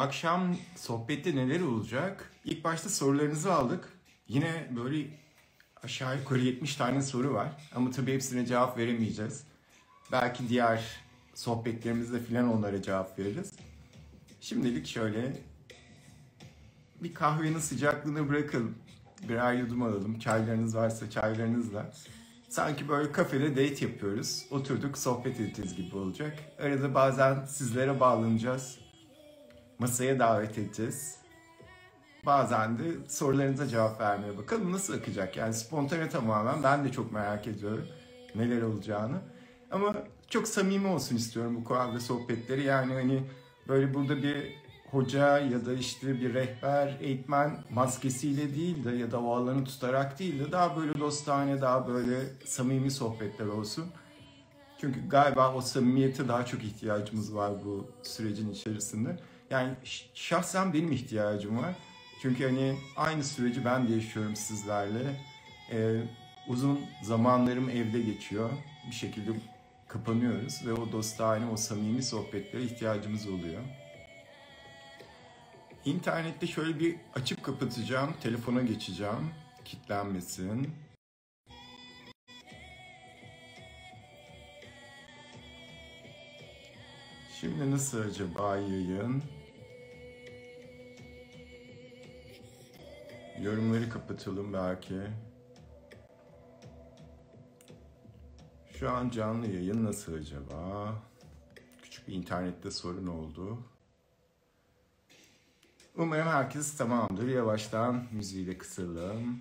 akşam sohbette neler olacak? İlk başta sorularınızı aldık. Yine böyle aşağı yukarı 70 tane soru var. Ama tabii hepsine cevap veremeyeceğiz. Belki diğer sohbetlerimizde filan onlara cevap veririz. Şimdilik şöyle bir kahvenin sıcaklığını bırakalım. Birer yudum alalım. Çaylarınız varsa çaylarınızla. Sanki böyle kafede date yapıyoruz. Oturduk sohbet edeceğiz gibi olacak. Arada bazen sizlere bağlanacağız. Masaya davet edeceğiz. Bazen de sorularınıza cevap vermeye bakalım nasıl akacak. Yani spontane tamamen, ben de çok merak ediyorum neler olacağını. Ama çok samimi olsun istiyorum bu kahve sohbetleri. Yani hani böyle burada bir hoca ya da işte bir rehber, eğitmen maskesiyle değil de ya da o alanı tutarak değil de daha böyle dostane, daha böyle samimi sohbetler olsun. Çünkü galiba o samimiyete daha çok ihtiyacımız var bu sürecin içerisinde. Yani şahsen benim ihtiyacım var. Çünkü hani aynı süreci ben de yaşıyorum sizlerle. Uzun zamanlarım evde geçiyor. Bir şekilde kapanıyoruz ve o dostane, o samimi sohbetlere ihtiyacımız oluyor. İnternette şöyle bir açıp kapatacağım, telefona geçeceğim, kilitlenmesin. Şimdi nasıl acaba yayın? Yorumları kapatalım belki. Şu an canlı yayın nasıl acaba? Küçük bir internette sorun oldu. Umarım herkes tamamdır. Yavaştan müziği de kısalım.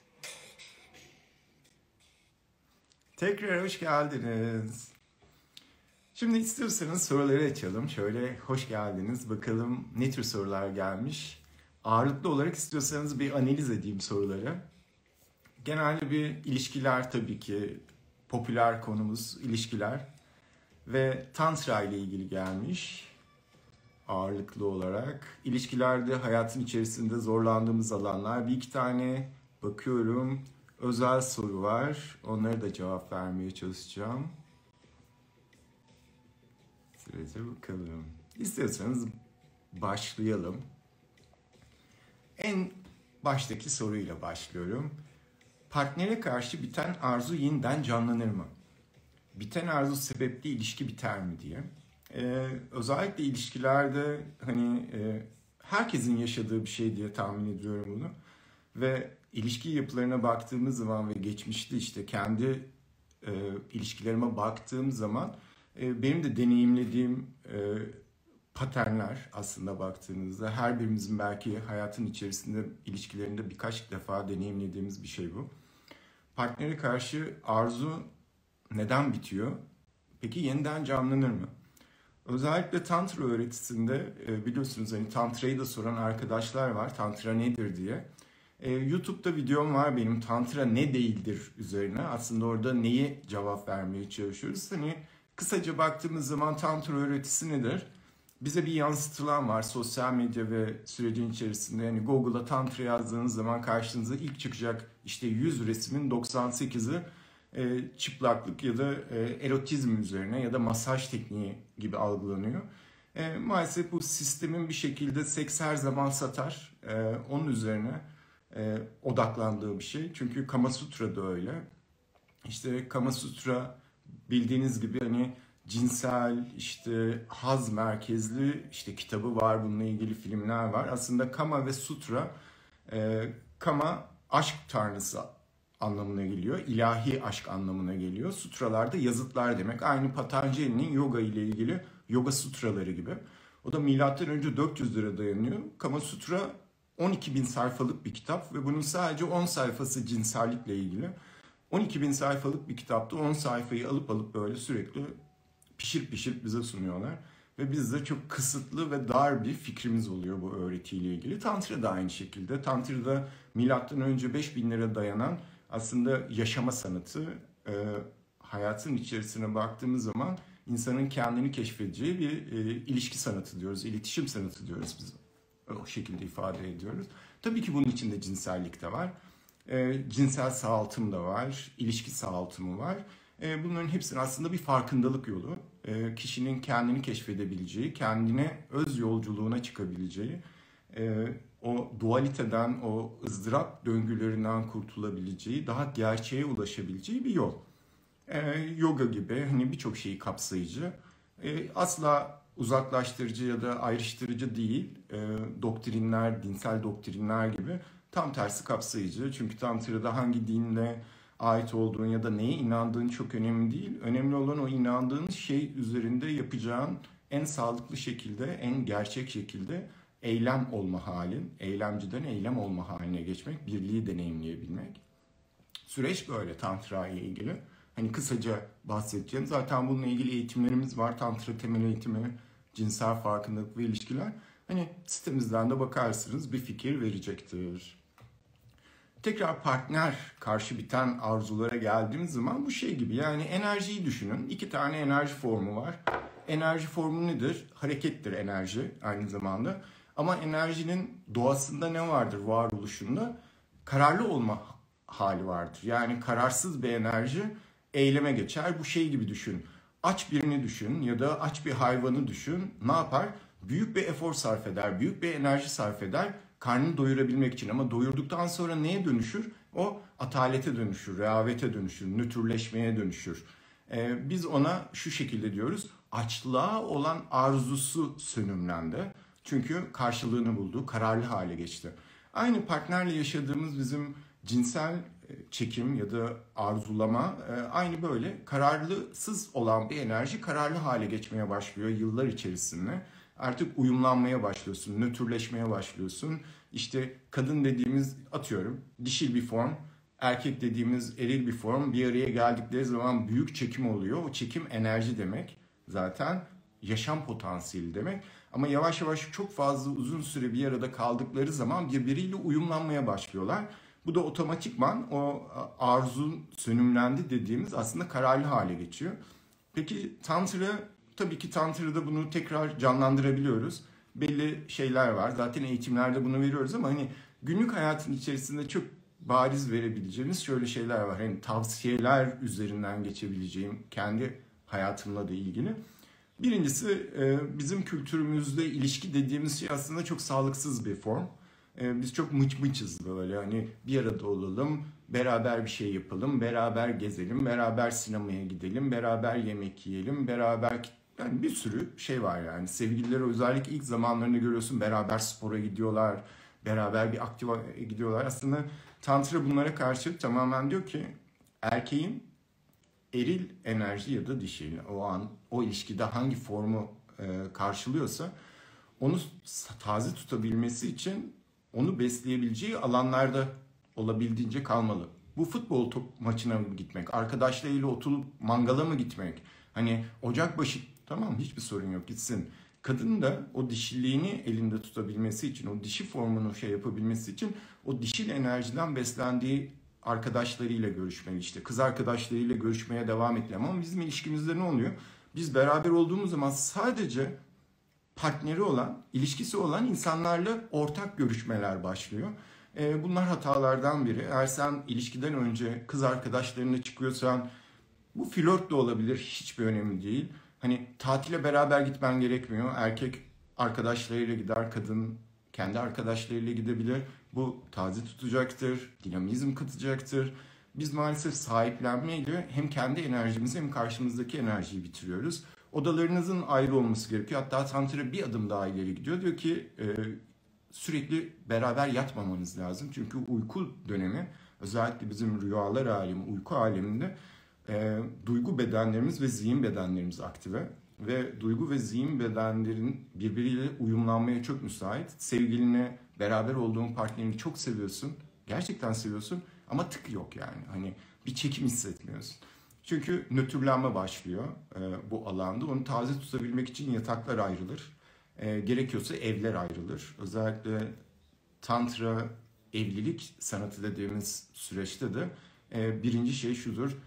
Tekrar hoş geldiniz. Şimdi istiyorsanız soruları açalım. Şöyle hoş geldiniz. Bakalım ne tür sorular gelmiş. Ağırlıklı olarak istiyorsanız bir analiz edeyim soruları. Genelde bir ilişkiler, tabii ki popüler konumuz ilişkiler. Ve Tantra ile ilgili gelmiş ağırlıklı olarak. İlişkilerde hayatın içerisinde zorlandığımız alanlar. Bir iki tane bakıyorum. Özel soru var. Onlara da cevap vermeye çalışacağım. Sürece bakalım. İstiyorsanız başlayalım. En baştaki soruyla başlıyorum. Partnere karşı biten arzu yeniden canlanır mı? Biten arzu sebepli ilişki biter mi diye. Özellikle ilişkilerde hani herkesin yaşadığı bir şey diye tahmin ediyorum bunu. Ve ilişki yapılarına baktığımız zaman ve geçmişte işte kendi ilişkilerime baktığım zaman benim de deneyimlediğim paternler aslında baktığınızda her birimizin belki hayatın içerisinde ilişkilerinde birkaç defa deneyimlediğimiz bir şey bu. Partnere karşı arzu neden bitiyor? Peki yeniden canlanır mı? Özellikle Tantra öğretisinde biliyorsunuz hani Tantra'yı da soran arkadaşlar var. Tantra nedir diye. YouTube'da videom var benim Tantra ne değildir üzerine. Aslında orada neyi cevap vermeye çalışıyoruz. Hani kısaca baktığımız zaman Tantra öğretisi nedir? Bize bir yansıtılan var sosyal medya ve sürecin içerisinde. Yani Google'a Tantra yazdığınız zaman karşınıza ilk çıkacak işte 100 resmin 98'i çıplaklık ya da erotizm üzerine ya da masaj tekniği gibi algılanıyor. Maalesef bu sistemin bir şekilde seks her zaman satar. Onun üzerine odaklandığı bir şey. Çünkü Kama Sutra da öyle. İşte Kama Sutra bildiğiniz gibi hani cinsel, işte haz merkezli işte kitabı var, bununla ilgili filmler var. Aslında Kama ve Sutra, Kama aşk tanrısı anlamına geliyor. İlahi aşk anlamına geliyor. Sutralar da yazıtlar demek. Aynı Patanjali'nin yoga ile ilgili yoga sutraları gibi. O da milattan önce 400'lere dayanıyor. Kama Sutra 12.000 sayfalık bir kitap ve bunun sadece 10 sayfası cinsellikle ilgili. 12.000 sayfalık bir kitapta 10 sayfayı alıp böyle sürekli pişirip bize sunuyorlar. Ve bizde çok kısıtlı ve dar bir fikrimiz oluyor bu öğretiyle ilgili. Tantra da aynı şekilde. Tantra'da milattan önce 5.000'lere dayanan aslında yaşama sanatı, hayatın içerisine baktığımız zaman insanın kendini keşfedeceği bir ilişki sanatı diyoruz, iletişim sanatı diyoruz biz. O şekilde ifade ediyoruz. Tabii ki bunun içinde cinsellik de var. Cinsel sağaltım da var, ilişki sağaltımı var. Bunların hepsinin aslında bir farkındalık yolu. Kişinin kendini keşfedebileceği, kendine öz yolculuğuna çıkabileceği, o dualiteden, o ızdırap döngülerinden kurtulabileceği, daha gerçeğe ulaşabileceği bir yol. Yoga gibi hani birçok şeyi kapsayıcı, asla uzaklaştırıcı ya da ayrıştırıcı değil, doktrinler, dinsel doktrinler gibi tam tersi kapsayıcı. Çünkü Tantra'da hangi dinle ait olduğun ya da neye inandığın çok önemli değil. Önemli olan o inandığın şey üzerinde yapacağın en sağlıklı şekilde, en gerçek şekilde eylem olma halin, eylemciden eylem olma haline geçmek, birliği deneyimleyebilmek. Süreç böyle Tantra ile ilgili. Hani kısaca bahsedeceğim. Zaten bununla ilgili eğitimlerimiz var. Tantra temel eğitimi, cinsel farkındalık ve ilişkiler. Hani sitemizden de bakarsınız, bir fikir verecektir. Tekrar partner karşı biten arzulara geldiğimiz zaman bu şey gibi, yani enerjiyi düşünün. 2 tane enerji formu var. Enerji formu nedir? Harekettir enerji aynı zamanda. Ama enerjinin doğasında ne vardır, varoluşunda? Kararlı olma hali vardır. Yani kararsız bir enerji eyleme geçer. Bu şey gibi düşün. Aç birini düşün ya da aç bir hayvanı düşün. Ne yapar? Büyük bir efor sarf eder, büyük bir enerji sarf eder karnını doyurabilmek için. Ama doyurduktan sonra neye dönüşür? O atalete dönüşür, rehavete dönüşür, nötrleşmeye dönüşür. Biz ona şu şekilde diyoruz. Açlığa olan arzusu sönümlendi. Çünkü karşılığını buldu, kararlı hale geçti. Aynı partnerle yaşadığımız bizim cinsel çekim ya da arzulama aynı böyle kararsız olan bir enerji kararlı hale geçmeye başlıyor yıllar içerisinde. Artık uyumlanmaya başlıyorsun, nötrleşmeye başlıyorsun. İşte kadın dediğimiz, atıyorum, dişil bir form, erkek dediğimiz eril bir form bir araya geldikleri zaman büyük çekim oluyor. O çekim enerji demek, zaten yaşam potansiyeli demek. Ama yavaş yavaş çok fazla uzun süre bir arada kaldıkları zaman birbiriyle uyumlanmaya başlıyorlar. Bu da otomatikman o arzu sönümlendi dediğimiz aslında kararlı hale geçiyor. Peki Tantra, tabii ki Tantra'da bunu tekrar canlandırabiliyoruz. Belli şeyler var. Zaten eğitimlerde bunu veriyoruz ama hani günlük hayatın içerisinde çok bariz verebileceğimiz şöyle şeyler var. Hani tavsiyeler üzerinden geçebileceğim kendi hayatımla da ilgili. Birincisi, bizim kültürümüzde ilişki dediğimiz şey aslında çok sağlıksız bir form. Biz çok mıç mıçız böyle, hani bir arada olalım, beraber bir şey yapalım, beraber gezelim, beraber sinemaya gidelim, beraber yemek yiyelim, beraber, yani bir sürü şey var yani. Sevgilileri özellikle ilk zamanlarında görüyorsun, beraber spora gidiyorlar, beraber bir aktive gidiyorlar. Aslında Tantra bunlara karşı tamamen diyor ki erkeğin eril enerji ya da dişil o an o ilişkide hangi formu karşılıyorsa onu taze tutabilmesi için onu besleyebileceği alanlarda olabildiğince kalmalı. Bu futbol maçına mı gitmek, arkadaşlarıyla oturup mangala mı gitmek? Hani ocakbaşı, tamam, hiçbir sorun yok, gitsin. Kadın da o dişiliğini elinde tutabilmesi için, o dişi formunu şey yapabilmesi için o dişil enerjiden beslendiği arkadaşlarıyla görüşmeli, işte kız arkadaşlarıyla görüşmeye devam etmeli. Ama bizim ilişkimizde ne oluyor? Biz beraber olduğumuz zaman sadece partneri olan, ilişkisi olan insanlarla ortak görüşmeler başlıyor. Bunlar hatalardan biri. Eğer sen ilişkiden önce kız arkadaşlarınla çıkıyorsan, bu flört de olabilir, hiçbir önemi değil. Hani tatile beraber gitmen gerekmiyor. Erkek arkadaşlarıyla gider, kadın kendi arkadaşlarıyla gidebilir. Bu taze tutacaktır, dinamizm katacaktır. Biz maalesef sahiplenmeyle hem kendi enerjimizi hem karşımızdaki enerjiyi bitiriyoruz. Odalarınızın ayrı olması gerekiyor. Hatta Tantra bir adım daha ileri gidiyor. Diyor ki sürekli beraber yatmamanız lazım. Çünkü uyku dönemi, özellikle bizim rüyalar alemi, uyku aleminde duygu bedenlerimiz ve zihin bedenlerimiz aktive. Ve duygu ve zihin bedenlerin birbiriyle uyumlanmaya çok müsait. Sevgiline, beraber olduğun partnerini çok seviyorsun. Gerçekten seviyorsun ama tık yok yani. Hani bir çekim hissetmiyorsun. Çünkü nötrlenme başlıyor bu alanda. Onu taze tutabilmek için yataklar ayrılır. Gerekiyorsa evler ayrılır. Özellikle Tantra evlilik sanatı dediğimiz süreçte de birinci şey şudur.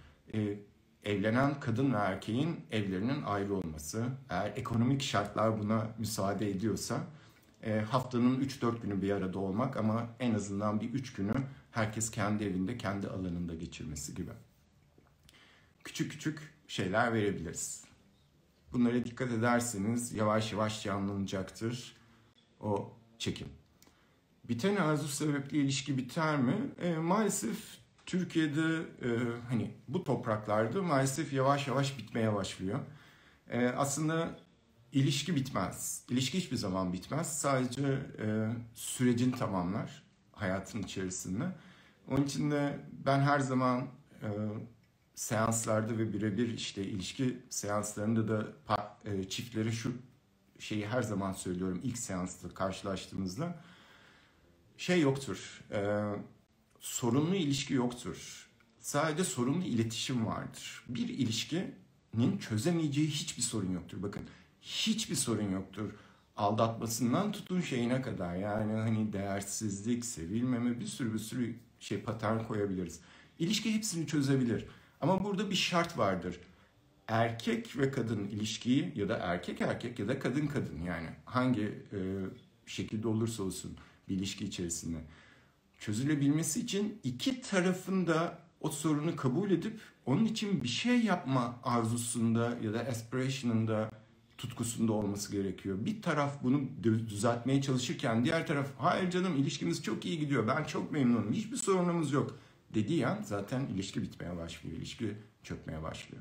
Evlenen kadın ve erkeğin evlerinin ayrı olması. Eğer ekonomik şartlar buna müsaade ediyorsa haftanın 3-4 günü bir arada olmak ama en azından bir 3 günü herkes kendi evinde, kendi alanında geçirmesi gibi. küçük küçük şeyler verebiliriz. Bunlara dikkat ederseniz yavaş yavaş canlanacaktır o çekim. Biten arzu sebeple ilişki biter mi? Maalesef Türkiye'de hani bu topraklarda maalesef yavaş yavaş bitmeye başlıyor. Aslında ilişki bitmez. İlişki hiçbir zaman bitmez. Sadece sürecini tamamlar hayatın içerisinde. Onun için de ben her zaman e, seanslarda ve birebir işte ilişki seanslarında da çiftlere şu şeyi her zaman söylüyorum ilk seansta karşılaştığımızda. Şey yoktur, sorunlu ilişki yoktur. Sadece sorunlu iletişim vardır. Bir ilişkinin çözemeyeceği hiçbir sorun yoktur. Bakın, hiçbir sorun yoktur. Aldatmasından tutun şeyine kadar. Yani hani değersizlik, sevilmeme, bir sürü şey patern koyabiliriz. İlişki hepsini çözebilir. Ama burada bir şart vardır. Erkek ve kadın ilişkiyi ya da erkek erkek ya da kadın kadın yani hangi şekilde olursa olsun bir ilişki içerisinde çözülebilmesi için iki tarafın da o sorunu kabul edip onun için bir şey yapma arzusunda ya da aspiration'ında, tutkusunda olması gerekiyor. Bir taraf bunu düzeltmeye çalışırken diğer taraf hayır canım ilişkimiz çok iyi gidiyor, ben çok memnunum, hiçbir sorunumuz yok dediği an zaten ilişki bitmeye başlıyor, ilişki çökmeye başlıyor.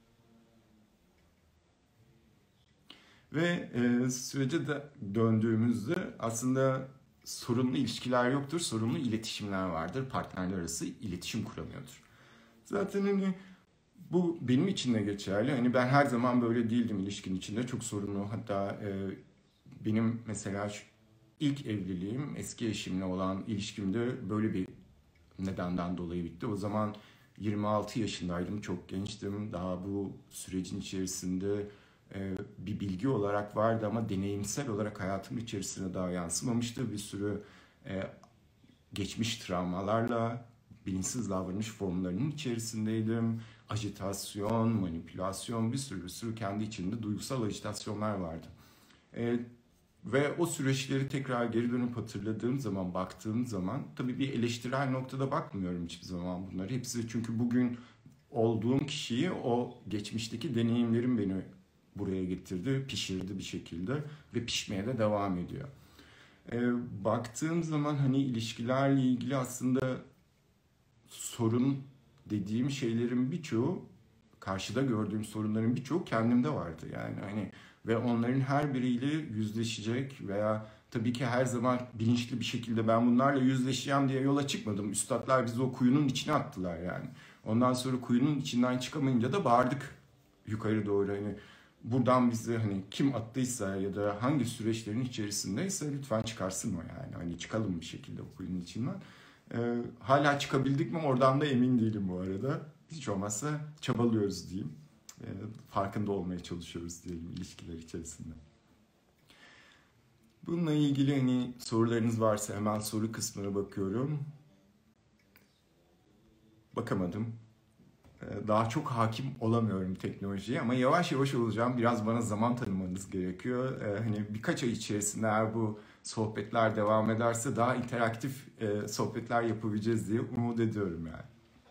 Ve sürece de döndüğümüzde aslında sorunlu ilişkiler yoktur, sorunlu iletişimler vardır. Partnerler arası iletişim kuramıyordur. Zaten hani bu benim için de geçerli. Hani ben her zaman böyle değildim ilişkin içinde. Çok sorunlu. Hatta benim mesela ilk evliliğim eski eşimle olan ilişkimde böyle bir nedenden dolayı bitti. O zaman 26 yaşındaydım, çok gençtim. Daha bu sürecin içerisinde bir bilgi olarak vardı ama deneyimsel olarak hayatım içerisine daha yansımamıştı. Bir sürü e, geçmiş travmalarla bilinçsiz davranış formlarının içerisindeydim. Ajitasyon, manipülasyon, bir sürü kendi içinde duygusal ajitasyonlar vardı. E, Ve o süreçleri tekrar geri dönüp hatırladığım zaman, baktığım zaman tabii bir eleştirel noktada bakmıyorum hiçbir zaman bunları. Hepsi çünkü bugün olduğum kişiyi o geçmişteki deneyimlerim beni buraya getirdi, pişirdi bir şekilde ve pişmeye de devam ediyor. Baktığım zaman hani ilişkilerle ilgili aslında sorun dediğim şeylerin birçoğu, karşıda gördüğüm sorunların birçoğu kendimde vardı. Yani hani ve onların her biriyle yüzleşecek veya tabii ki her zaman bilinçli bir şekilde ben bunlarla yüzleşeceğim diye yola çıkmadım. Üstadlar bizi o kuyunun içine attılar yani. Ondan sonra kuyunun içinden çıkamayınca da bağırdık yukarı doğru hani buradan bizi hani kim attıysa ya da hangi süreçlerin içerisindeyse lütfen çıkarsın o yani. Hani çıkalım bir şekilde o kuyunun içinden. Hala çıkabildik mi oradan da emin değilim bu arada. Hiç olmazsa çabalıyoruz diyeyim. Ee, Farkında olmaya çalışıyoruz diyelim ilişkiler içerisinde. Bununla ilgili hani sorularınız varsa hemen soru kısmına bakıyorum. Bakamadım. Daha çok hakim olamıyorum teknolojiye ama yavaş yavaş olacağım. Biraz bana zaman tanımanız gerekiyor. Hani birkaç ay içerisinde eğer bu sohbetler devam ederse daha interaktif sohbetler yapabileceğiz diye umut ediyorum yani.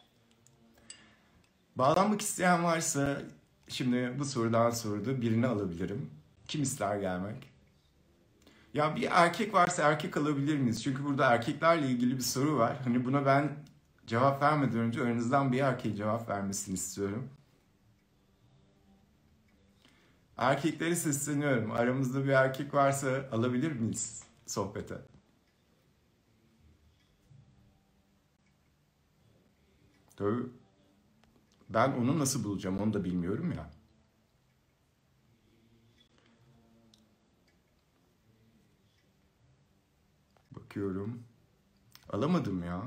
Bağlanmak isteyen varsa şimdi bu sorudan sonra da birini alabilirim. Kim ister gelmek? Ya bir erkek varsa erkek alabilir miyiz? Çünkü burada erkeklerle ilgili bir soru var. Hani buna ben cevap vermeden önce aranızdan bir erkeğe cevap vermesini istiyorum. Erkeklere sesleniyorum. Aramızda bir erkek varsa alabilir miyiz sohbete? Tabii ben onu nasıl bulacağım onu da bilmiyorum ya. Bakıyorum. Alamadım ya.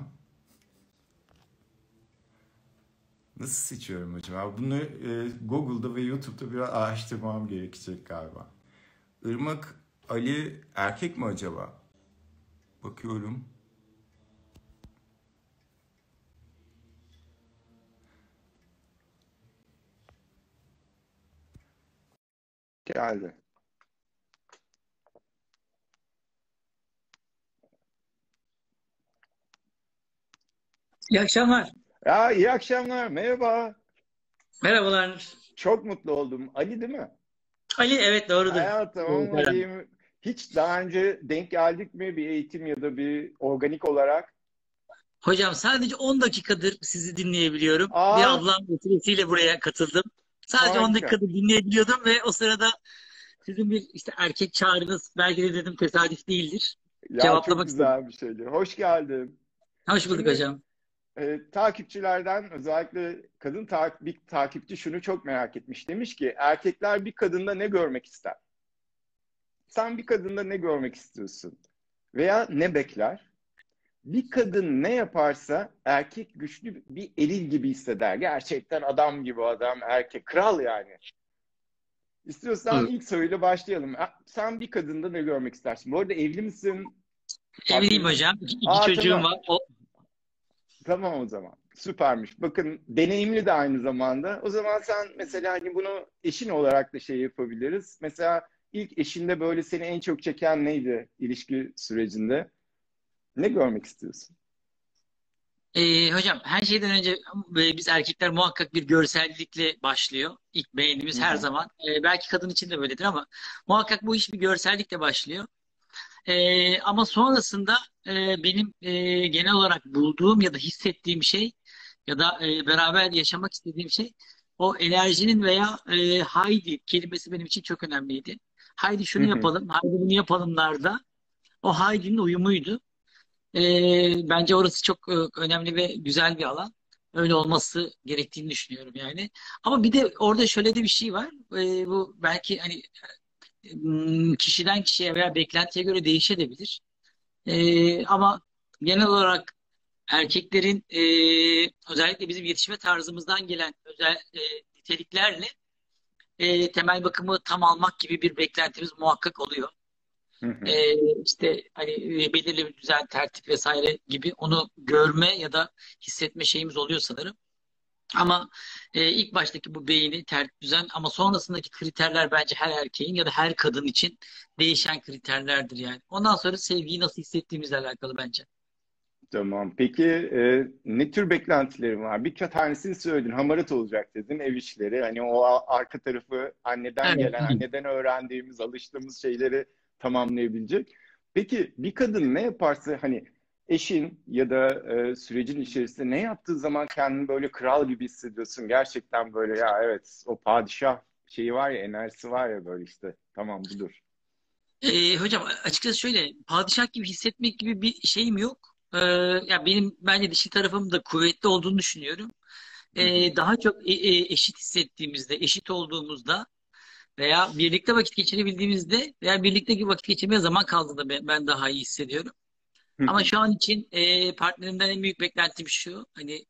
Nasıl seçiyorum acaba? Bunu Google'da ve YouTube'da biraz araştırmam gerekecek galiba. Irmak Ali erkek mi acaba? Bakıyorum. Geldi. İyi akşamlar. Ya iyi akşamlar. Merhaba. Merhabalar. Çok mutlu oldum. Ali değil mi? Ali, evet doğrudur. Tamam Kerem. Ali'yim. Hiç daha önce denk geldik mi bir eğitim ya da bir organik olarak? Hocam sadece 10 dakikadır sizi dinleyebiliyorum. Bir Aa, ablam vesilesiyle buraya katıldım. Sadece 10 harika. dakikadır dinleyebiliyordum ve o sırada sizin bir işte erkek çağrınız belki de dedim tesadüf değildir. Ya çok Cevaplamak istedim. güzel bir şeydi. Hoş geldin. Hoş bulduk Şimdi hocam. takipçilerden özellikle bir takipçi şunu çok merak etmiş. Demiş ki erkekler bir kadında ne görmek ister? Sen bir kadında ne görmek istiyorsun? Veya ne bekler? Bir kadın ne yaparsa erkek güçlü bir eril gibi hisseder. Gerçekten adam gibi adam, erkek, kral yani. İstiyorsan Buyurun. ilk soruyla başlayalım. Sen bir kadında ne görmek istersin? Bu arada evli misin? Evliyim Partner... hocam. İki çocuğum Tamam. var. Tamam o zaman. Süpermiş. Bakın deneyimli de aynı zamanda. O zaman sen mesela hani bunu eşin olarak da şey yapabiliriz. Mesela ilk eşinde böyle seni en çok çeken neydi ilişki sürecinde? Ne görmek istiyorsun? Hocam her şeyden önce biz erkekler muhakkak bir görsellikle başlıyor. İlk Hı beğendiğimiz her hı. zaman. Belki kadın için de böyledir ama muhakkak bu iş bir görsellikle başlıyor. Ama sonrasında benim genel olarak bulduğum ya da hissettiğim şey ya da beraber yaşamak istediğim şey o enerjinin veya haydi kelimesi benim için çok önemliydi. Haydi Hı şunu hı. yapalım, haydi bunu yapalımlarda o haydinin uyumuydu. Bence orası çok önemli ve güzel bir alan. Öyle olması gerektiğini düşünüyorum yani. Ama bir de orada şöyle de bir şey var. Bu belki hani kişiden kişiye veya beklentiye göre değişebilir. Ama genel olarak erkeklerin özellikle bizim yetişme tarzımızdan gelen özel niteliklerle temel bakımı tam almak gibi bir beklentimiz muhakkak oluyor. Hı hı. E, işte hani belirli bir düzen, tertip vesaire gibi onu görme ya da hissetme şeyimiz oluyor sanırım. Ama ilk baştaki bu beyni, tertip, düzen ama sonrasındaki kriterler bence her erkeğin ya da her kadın için değişen kriterlerdir yani. Ondan sonra sevgiyi nasıl hissettiğimizle alakalı bence. Tamam. Peki ne tür beklentilerin var? Bir tanesini söyledin. Hamarat olacak dedin. Ev işleri. Hani o arka tarafı anneden Evet. gelen, anneden öğrendiğimiz, alıştığımız şeyleri tamamlayabilecek. Peki bir kadın ne yaparsa hani eşin ya da sürecin içerisinde ne yaptığı zaman kendini böyle kral gibi hissediyorsun. Gerçekten böyle ya evet o padişah şeyi var ya enerjisi var ya böyle işte tamam budur. Hocam açıkçası şöyle padişah gibi hissetmek gibi bir şeyim yok. Ya benim bence dişi tarafım da kuvvetli olduğunu düşünüyorum. Hı hı. Daha çok eşit hissettiğimizde, eşit olduğumuzda veya birlikte vakit geçirebildiğimizde veya birlikte vakit geçirmeye zaman kaldığında ben daha iyi hissediyorum. Hı Ama hı. şu an için partnerimden en büyük beklentim şu. Hani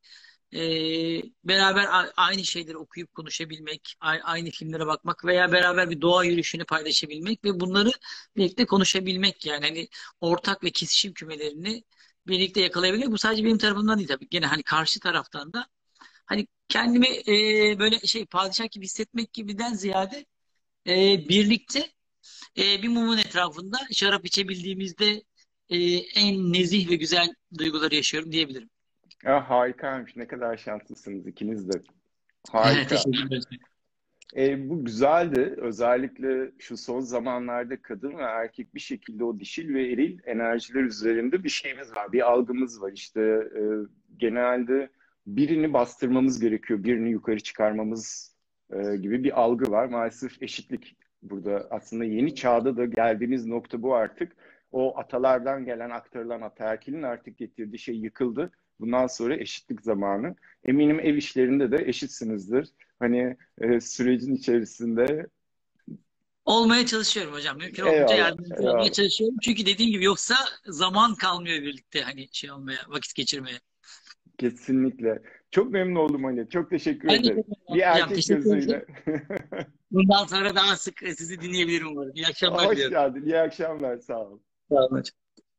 beraber aynı şeyleri okuyup konuşabilmek, aynı filmlere bakmak veya beraber bir doğa yürüyüşünü paylaşabilmek ve bunları birlikte konuşabilmek yani hani ortak ve kesişim kümelerini birlikte yakalayabilmek. Bu sadece benim tarafımdan değil tabii. Gene hani karşı taraftan da hani kendimi böyle şey padişah gibi hissetmek gibiden ziyade birlikte bir mumun etrafında şarap içebildiğimizde en nezih ve güzel duyguları yaşıyorum diyebilirim. Ya harikaymış. Ne kadar şanslısınız ikiniz de. Harika. Teşekkür ederim. Bu güzeldi. Özellikle şu son zamanlarda kadın ve erkek bir şekilde o dişil ve eril enerjiler üzerinde bir şeyimiz var, bir algımız var. İşte genelde birini bastırmamız gerekiyor, birini yukarı çıkarmamız gibi bir algı var. Maalesef eşitlik burada aslında yeni çağda da geldiğimiz nokta bu artık. O atalardan gelen, aktarılan ataerkilin artık getirdiği şey yıkıldı. Bundan sonra eşitlik zamanı. Eminim ev işlerinde de eşitsinizdir. Hani sürecin içerisinde. Olmaya çalışıyorum hocam. Mümkün olduğunca Eyvallah, yardımcı olmaya eyvallah. çalışıyorum. Çünkü dediğim gibi yoksa zaman kalmıyor birlikte hani şey olmaya, vakit geçirmeye. Kesinlikle. Çok memnun oldum Ali. Çok teşekkür Ben de ederim. çok memnun Bir oldum hocam. erkek Teşekkür ederim. gözüyle. Bundan sonra daha sık sizi dinleyebilirim umarım. İyi akşamlar Hoş diliyorum. geldin. İyi akşamlar. Sağ ol. Sağ olun hocam.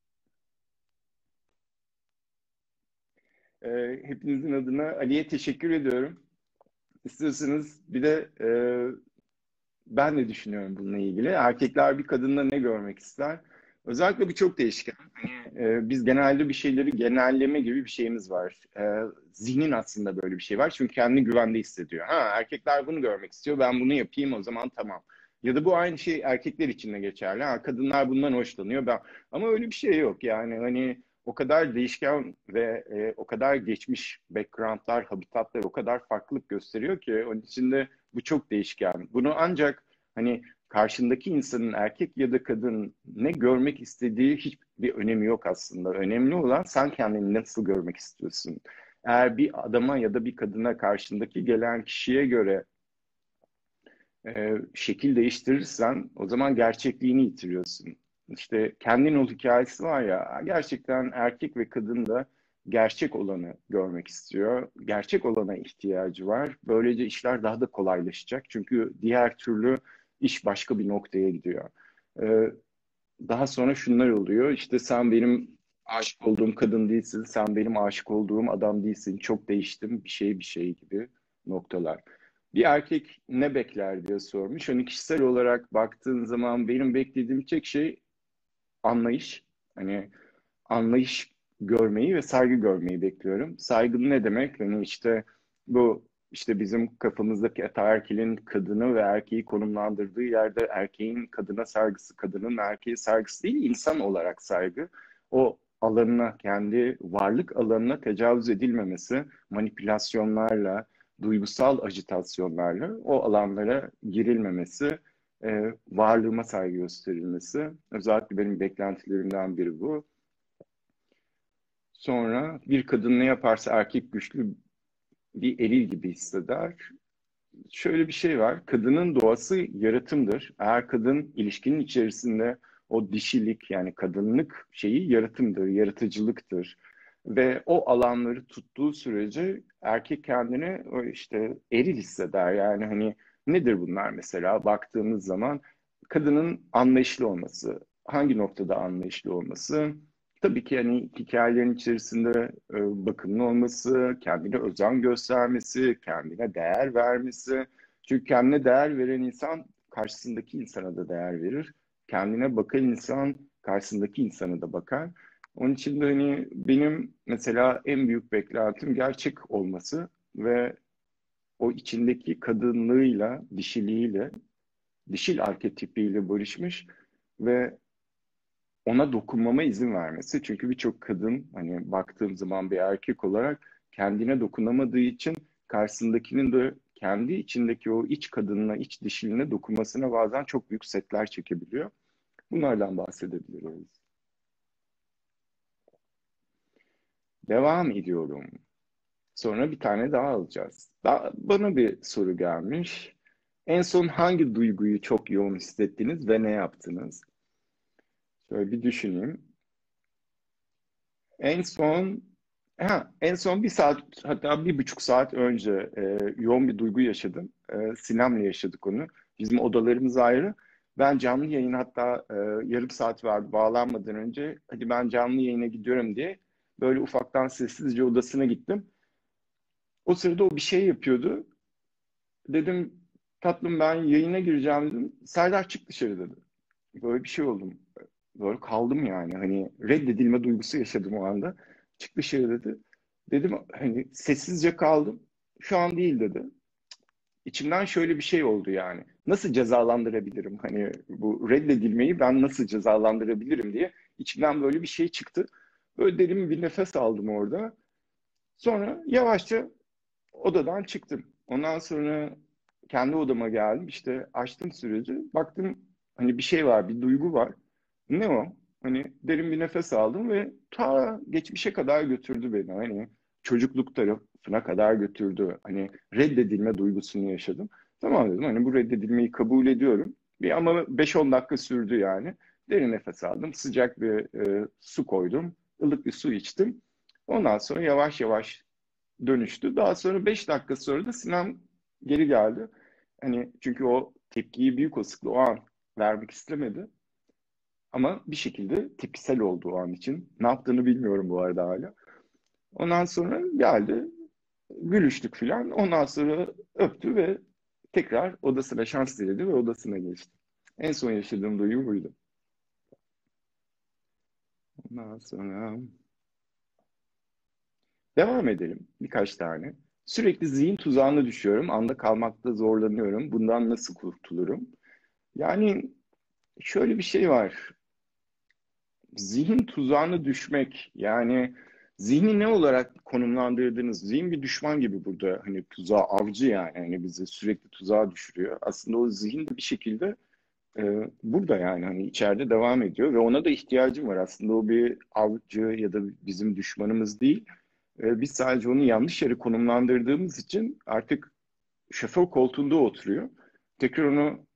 Hepinizin adına Ali'ye teşekkür ediyorum. İstiyorsanız bir de ben de düşünüyorum bununla ilgili. Erkekler bir kadında ne görmek ister? Özellikle bu çok değişken. Hani, biz genelde bir şeyleri genelleme gibi bir şeyimiz var. Zihnin aslında böyle bir şey var. Çünkü kendini güvende hissediyor. Ha, erkekler bunu görmek istiyor. Ben bunu yapayım, o zaman tamam. Ya da bu aynı şey erkekler için de geçerli. Ha, kadınlar bundan hoşlanıyor. Ama öyle bir şey yok. Yani hani o kadar değişken ve o kadar geçmiş backgroundlar, habitatlar o kadar farklılık gösteriyor ki onun içinde bu çok değişken. Bunu ancak hani karşındaki insanın erkek ya da kadın ne görmek istediği hiçbir önemi yok aslında. Önemli olan sen kendini nasıl görmek istiyorsun. Eğer bir adama ya da bir kadına karşındaki gelen kişiye göre şekil değiştirirsen o zaman gerçekliğini yitiriyorsun. İşte kendin ol hikayesi var ya, gerçekten erkek ve kadın da gerçek olanı görmek istiyor. Gerçek olana ihtiyacı var. Böylece işler daha da kolaylaşacak. Çünkü diğer türlü iş başka bir noktaya gidiyor. E, Daha sonra şunlar oluyor. İşte sen benim aşık olduğum kadın değilsin, sen benim aşık olduğum adam değilsin. Çok değiştim, bir şey gibi noktalar. Bir erkek ne bekler diye sormuş. Hani kişisel olarak baktığın zaman benim beklediğim tek şey anlayış. Hani anlayış görmeyi ve saygı görmeyi bekliyorum. Saygı ne demek? Hani işte bu işte bizim kafamızdaki ataerkilin kadını ve erkeği konumlandırdığı yerde erkeğin kadına saygısı, kadının erkeğe saygısı değil, insan olarak saygı. O alanına, kendi varlık alanına tecavüz edilmemesi, manipülasyonlarla, duygusal ajitasyonlarla o alanlara girilmemesi, varlığıma saygı gösterilmesi. Özellikle benim beklentilerimden biri bu. Sonra bir kadın ne yaparsa erkek güçlü bir eril gibi hisseder. Şöyle bir şey var. Kadının doğası yaratımdır. Eğer kadın ilişkinin içerisinde o dişilik yani kadınlık şeyi yaratımdır, yaratıcılıktır. Ve o alanları tuttuğu sürece erkek kendini işte eril hisseder. Yani hani nedir bunlar mesela baktığımız zaman kadının anlayışlı olması. Hangi noktada anlayışlı olması? Tabii ki hani hikayelerin içerisinde bakımlı olması, kendine özen göstermesi, kendine değer vermesi. Çünkü kendine değer veren insan karşısındaki insana da değer verir. Kendine bakan insan karşısındaki insana da bakar. Onun için de hani benim mesela en büyük beklentim gerçek olması ve o içindeki kadınlığıyla, dişiliğiyle, dişil arketipiyle barışmış ve ona dokunmama izin vermesi. Çünkü birçok kadın hani baktığım zaman bir erkek olarak kendine dokunamadığı için karşısındakinin de kendi içindeki o iç kadınına, iç dişiline dokunmasına bazen çok büyük setler çekebiliyor. Bunlardan bahsedebiliriz. Devam ediyorum. Sonra bir tane daha alacağız. Bana bir soru gelmiş. En son hangi duyguyu çok yoğun hissettiniz ve ne yaptınız? Şöyle bir düşüneyim. En son en son bir saat hatta 1,5 saat önce yoğun bir duygu yaşadım. Sinem'le yaşadık onu. Bizim odalarımız ayrı. Ben canlı yayın hatta yarım saat vardı bağlanmadan önce. Hadi ben canlı yayına gidiyorum diye böyle ufaktan sessizce odasına gittim. O sırada o bir şey yapıyordu. Dedim tatlım ben yayına gireceğim dedim. Serdar çık dışarı dedi. Böyle bir şey oldum. Böyle kaldım yani. Hani reddedilme duygusu yaşadım o anda. Çık dışarı dedi. Dedim hani sessizce kaldım. Şu an değil dedi. İçimden şöyle bir şey oldu yani. Nasıl cezalandırabilirim? Hani bu reddedilmeyi ben nasıl cezalandırabilirim diye içimden böyle bir şey çıktı. Böyle derin bir nefes aldım orada. Sonra yavaşça odadan çıktım. Ondan sonra kendi odama geldim. İşte açtım süreci. Baktım hani bir şey var, bir duygu var. Ne o? Hani derin bir nefes aldım ve ta geçmişe kadar götürdü beni. Hani çocukluk tarafına kadar götürdü. Hani reddedilme duygusunu yaşadım. Tamam dedim hani bu reddedilmeyi kabul ediyorum. Ama 5-10 dakika sürdü yani. Derin nefes aldım. Sıcak bir su koydum. Ilık bir su içtim. Ondan sonra yavaş yavaş dönüştü. Daha sonra 5 dakika sonra da Sinan geri geldi. Hani çünkü o tepkiyi büyük olasılıkla o an vermek istemedi. Ama bir şekilde tepkisel oldu o an için. Ne yaptığını bilmiyorum bu arada hala. Ondan sonra geldi, gülüştük filan. Ondan sonra öptü ve tekrar odasına şans diledi ve odasına geçti. En son yaşadığım duygu buydu. Ondan sonra devam edelim. Birkaç tane. Sürekli zihin tuzağına düşüyorum. Anda kalmakta zorlanıyorum. Bundan nasıl kurtulurum? Yani şöyle bir şey var. Zihin tuzağına düşmek, yani zihni ne olarak konumlandırdığınız, zihin bir düşman gibi burada, hani tuzağa avcı, yani bizi sürekli tuzağa düşürüyor. Aslında o zihin de bir şekilde burada, yani hani içeride devam ediyor ve ona da ihtiyacım var. Aslında o bir avcı ya da bizim düşmanımız değil. Biz sadece onu yanlış yere konumlandırdığımız için artık şoför koltuğunda oturuyor. Tekrar onu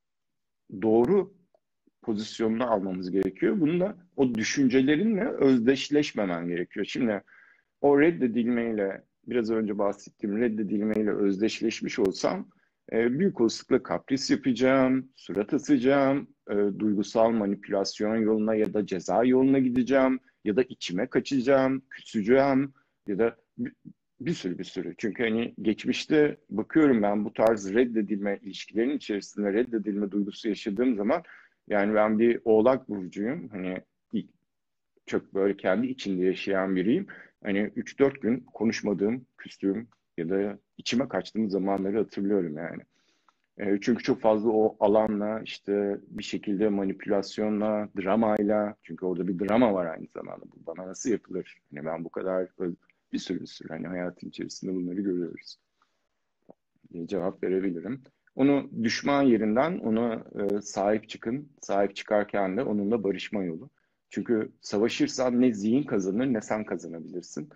doğru pozisyonuna almamız gerekiyor. Bunu da o düşüncelerinle özdeşleşmemen gerekiyor. Şimdi o reddedilmeyle, biraz önce bahsettiğim reddedilmeyle özdeşleşmiş olsam büyük olasılıkla kapris yapacağım, surat asacağım, duygusal manipülasyon yoluna ya da ceza yoluna gideceğim ya da içime kaçacağım, küseceğim ya da bir sürü. Çünkü hani geçmişte bakıyorum, ben bu tarz reddedilme ilişkilerin içerisinde reddedilme duygusu yaşadığım zaman, yani ben bir Oğlak burcuyum. Hani çok böyle kendi içinde yaşayan biriyim. Hani 3-4 gün konuşmadığım, küstüğüm ya da içime kaçtığım zamanları hatırlıyorum yani. Çünkü çok fazla o alanla, işte bir şekilde manipülasyonla, dramayla, çünkü orada bir drama var aynı zamanda. Bu bana nasıl yapılır? Hani ben bu kadar bir sürü hani hayatın içerisinde bunları görüyoruz diye cevap verebilirim. Onu düşman yerinden ona sahip çıkın. Sahip çıkarken de onunla barışma yolu. Çünkü savaşırsan ne zihin kazanır ne sen kazanabilirsin.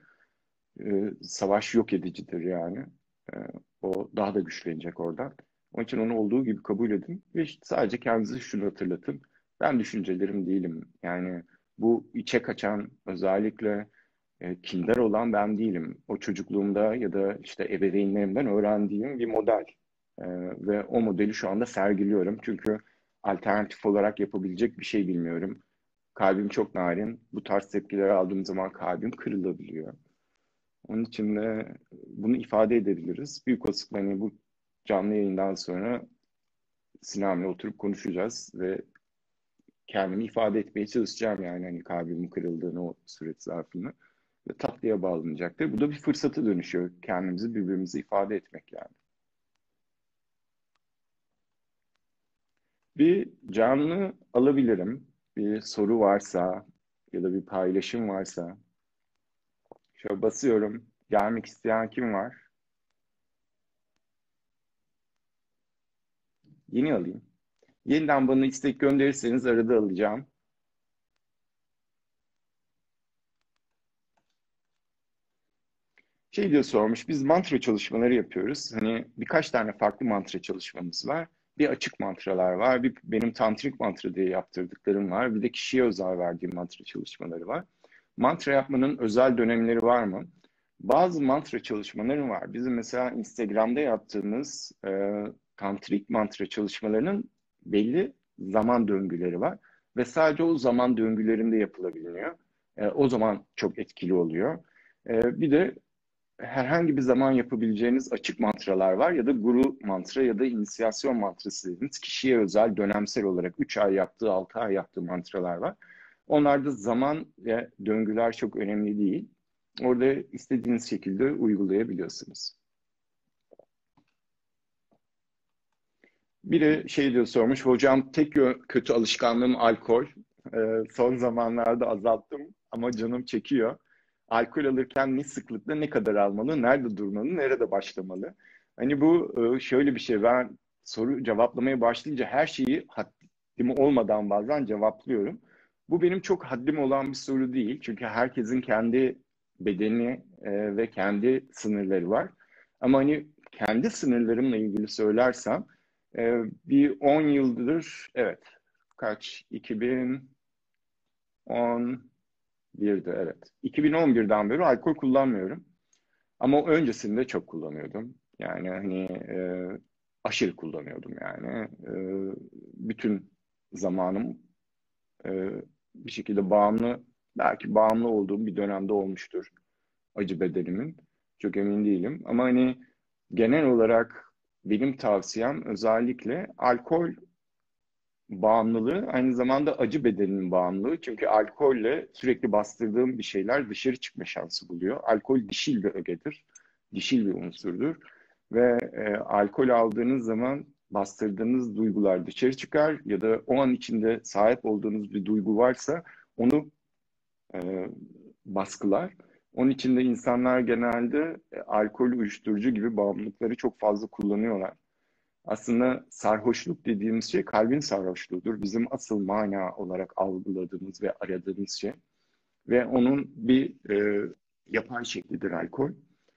Savaş yok edicidir yani. E, O daha da güçlenecek oradan. Onun için onu olduğu gibi kabul edin ve işte sadece kendinize şunu hatırlatın. Ben düşüncelerim değilim. Yani bu içe kaçan, özellikle kindar olan ben değilim. O çocukluğumda ya da işte ebeveynlerimden öğrendiğim bir model. E, Ve o modeli şu anda sergiliyorum. Çünkü alternatif olarak yapabilecek bir şey bilmiyorum. Kalbim çok narin. Bu tarz tepkileri aldığım zaman kalbim kırılabiliyor. Onun için de bunu ifade edebiliriz. Büyük olasılıkla hani bu canlı yayından sonra Sinem'le oturup konuşacağız ve kendimi ifade etmeye çalışacağım, yani hani kalbimin kırıldığını o süreç zarfında ve tatlıya bağlanacaktır. Bu da bir fırsata dönüşüyor. Kendimizi birbirimize ifade etmek yani. Bir canlı alabilirim. Bir soru varsa ya da bir paylaşım varsa şöyle basıyorum. Gelmek isteyen kim var? Yeni alayım. Yeniden bana istek gönderirseniz arada alacağım. Şey diye sormuş, biz mantra çalışmaları yapıyoruz. Hani birkaç tane farklı mantra çalışmamız var. Bir açık mantralar var, bir benim tantrik mantra diye yaptırdıklarım var. Bir de kişiye özel verdiğim mantra çalışmaları var. Mantra yapmanın özel dönemleri var mı? Bazı mantra çalışmaları var. Bizim mesela Instagram'da yaptığımız tantrik mantra çalışmalarının belli zaman döngüleri var. Ve sadece o zaman döngülerinde yapılabiliyor. O zaman çok etkili oluyor. Bir de herhangi bir zaman yapabileceğiniz açık mantralar var ya da guru mantra ya da inisiyasyon mantrası dediğiniz kişiye özel dönemsel olarak 3 ay yaptığı, 6 ay yaptığı mantralar var. Onlarda zaman ve döngüler çok önemli değil. Orada istediğiniz şekilde uygulayabiliyorsunuz. Biri şey diyor, sormuş, hocam tek kötü alışkanlığım alkol. Son zamanlarda azalttım ama canım çekiyor. Alkol alırken ne sıklıkla ne kadar almalı, nerede durmalı, nerede başlamalı? Hani bu şöyle bir şey, ben soru cevaplamaya başlayınca her şeyi haddim olmadan bazen cevaplıyorum. Bu benim çok haddim olan bir soru değil. Çünkü herkesin kendi bedeni ve kendi sınırları var. Ama hani kendi sınırlarımla ilgili söylersem, bir 10 yıldır, evet, kaç? 2011'de, evet. 2011'den beri alkol kullanmıyorum. Ama öncesinde çok kullanıyordum. Yani hani aşırı kullanıyordum yani. Bütün zamanım e, bir şekilde belki bağımlı olduğum bir dönemde olmuştur acı bedelimin. Çok emin değilim. Ama hani genel olarak benim tavsiyem özellikle alkol bağımlılığı aynı zamanda acı bedeninin bağımlılığı. Çünkü alkolle sürekli bastırdığım bir şeyler dışarı çıkma şansı buluyor. Alkol dişil bir ögedir, dişil bir unsurdur. Ve alkol aldığınız zaman bastırdığınız duygular dışarı çıkar ya da o an içinde sahip olduğunuz bir duygu varsa onu e, baskılar. Onun için de insanlar genelde alkol, uyuşturucu gibi bağımlılıkları çok fazla kullanıyorlar. Aslında sarhoşluk dediğimiz şey kalbin sarhoşluğudur. Bizim asıl mana olarak algıladığımız ve aradığımız şey. Ve onun bir yapay şeklidir alkol.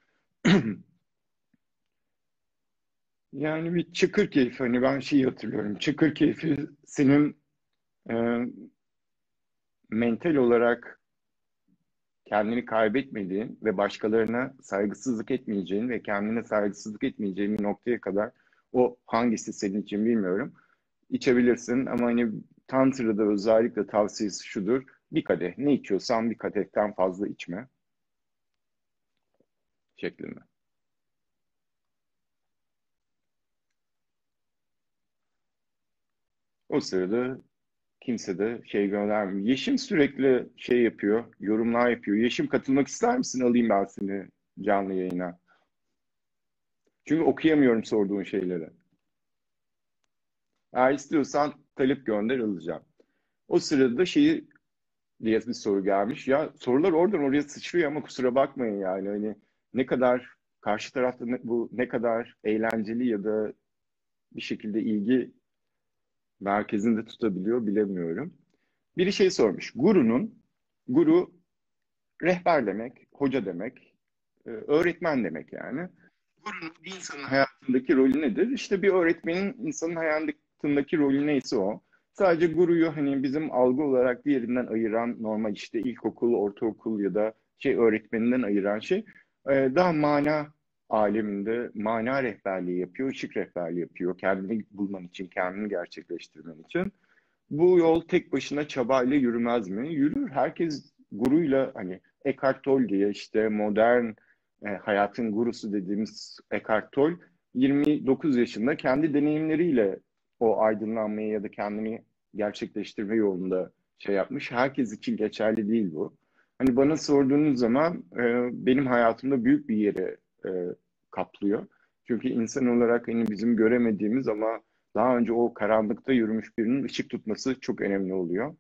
Yani bir çıkır keyfi, hani ben şeyi hatırlıyorum. Çıkır keyfi senin e, mental olarak kendini kaybetmediğin ve başkalarına saygısızlık etmeyeceğin ve kendine saygısızlık etmeyeceğin bir noktaya kadar, o hangisi senin için bilmiyorum, içebilirsin. Ama hani Tantra'da özellikle tavsiyesi şudur: bir kadeh, ne içiyorsan bir kadehten fazla içme şeklinde. O sırada kimse de şey göndermiyor. Yeşim sürekli şey yapıyor, yorumlar yapıyor. Yeşim, katılmak ister misin? Alayım ben seni canlı yayına. Çünkü okuyamıyorum sorduğun şeyleri. Eğer istiyorsan talep gönder, alacağım. O sırada da şeyi diye bir soru gelmiş. Ya sorular oradan oraya sıçrıyor ama kusura bakmayın yani. Hani ne kadar karşı tarafta bu ne kadar eğlenceli ya da bir şekilde ilgi merkezinde tutabiliyor bilemiyorum. Biri şey sormuş. Guru rehber demek, hoca demek, öğretmen demek yani. Gurunun bir insanın hayatındaki rolü nedir? İşte bir öğretmenin insanın hayatındaki rolü neyse o. Sadece guruyu hani bizim algı olarak diğerinden ayıran, normal işte ilkokul, ortaokul ya da şey öğretmeninden ayıran şey daha mana aleminde mana rehberliği yapıyor, ışık rehberliği yapıyor. Kendini bulman için, kendini gerçekleştirmen için. Bu yol tek başına çabayla yürümez mi? Yürür. Herkes guruyla, hani Eckhart Tolle diye, işte modern hayatın gurusu dediğimiz Eckhart Tolle 29 yaşında kendi deneyimleriyle o aydınlanmayı ya da kendini gerçekleştirme yolunda şey yapmış. Herkes için geçerli değil bu. Hani bana sorduğunuz zaman benim hayatımda büyük bir yeri e, kaplıyor. Çünkü insan olarak hani bizim göremediğimiz ama daha önce o karanlıkta yürümüş birinin ışık tutması çok önemli oluyor.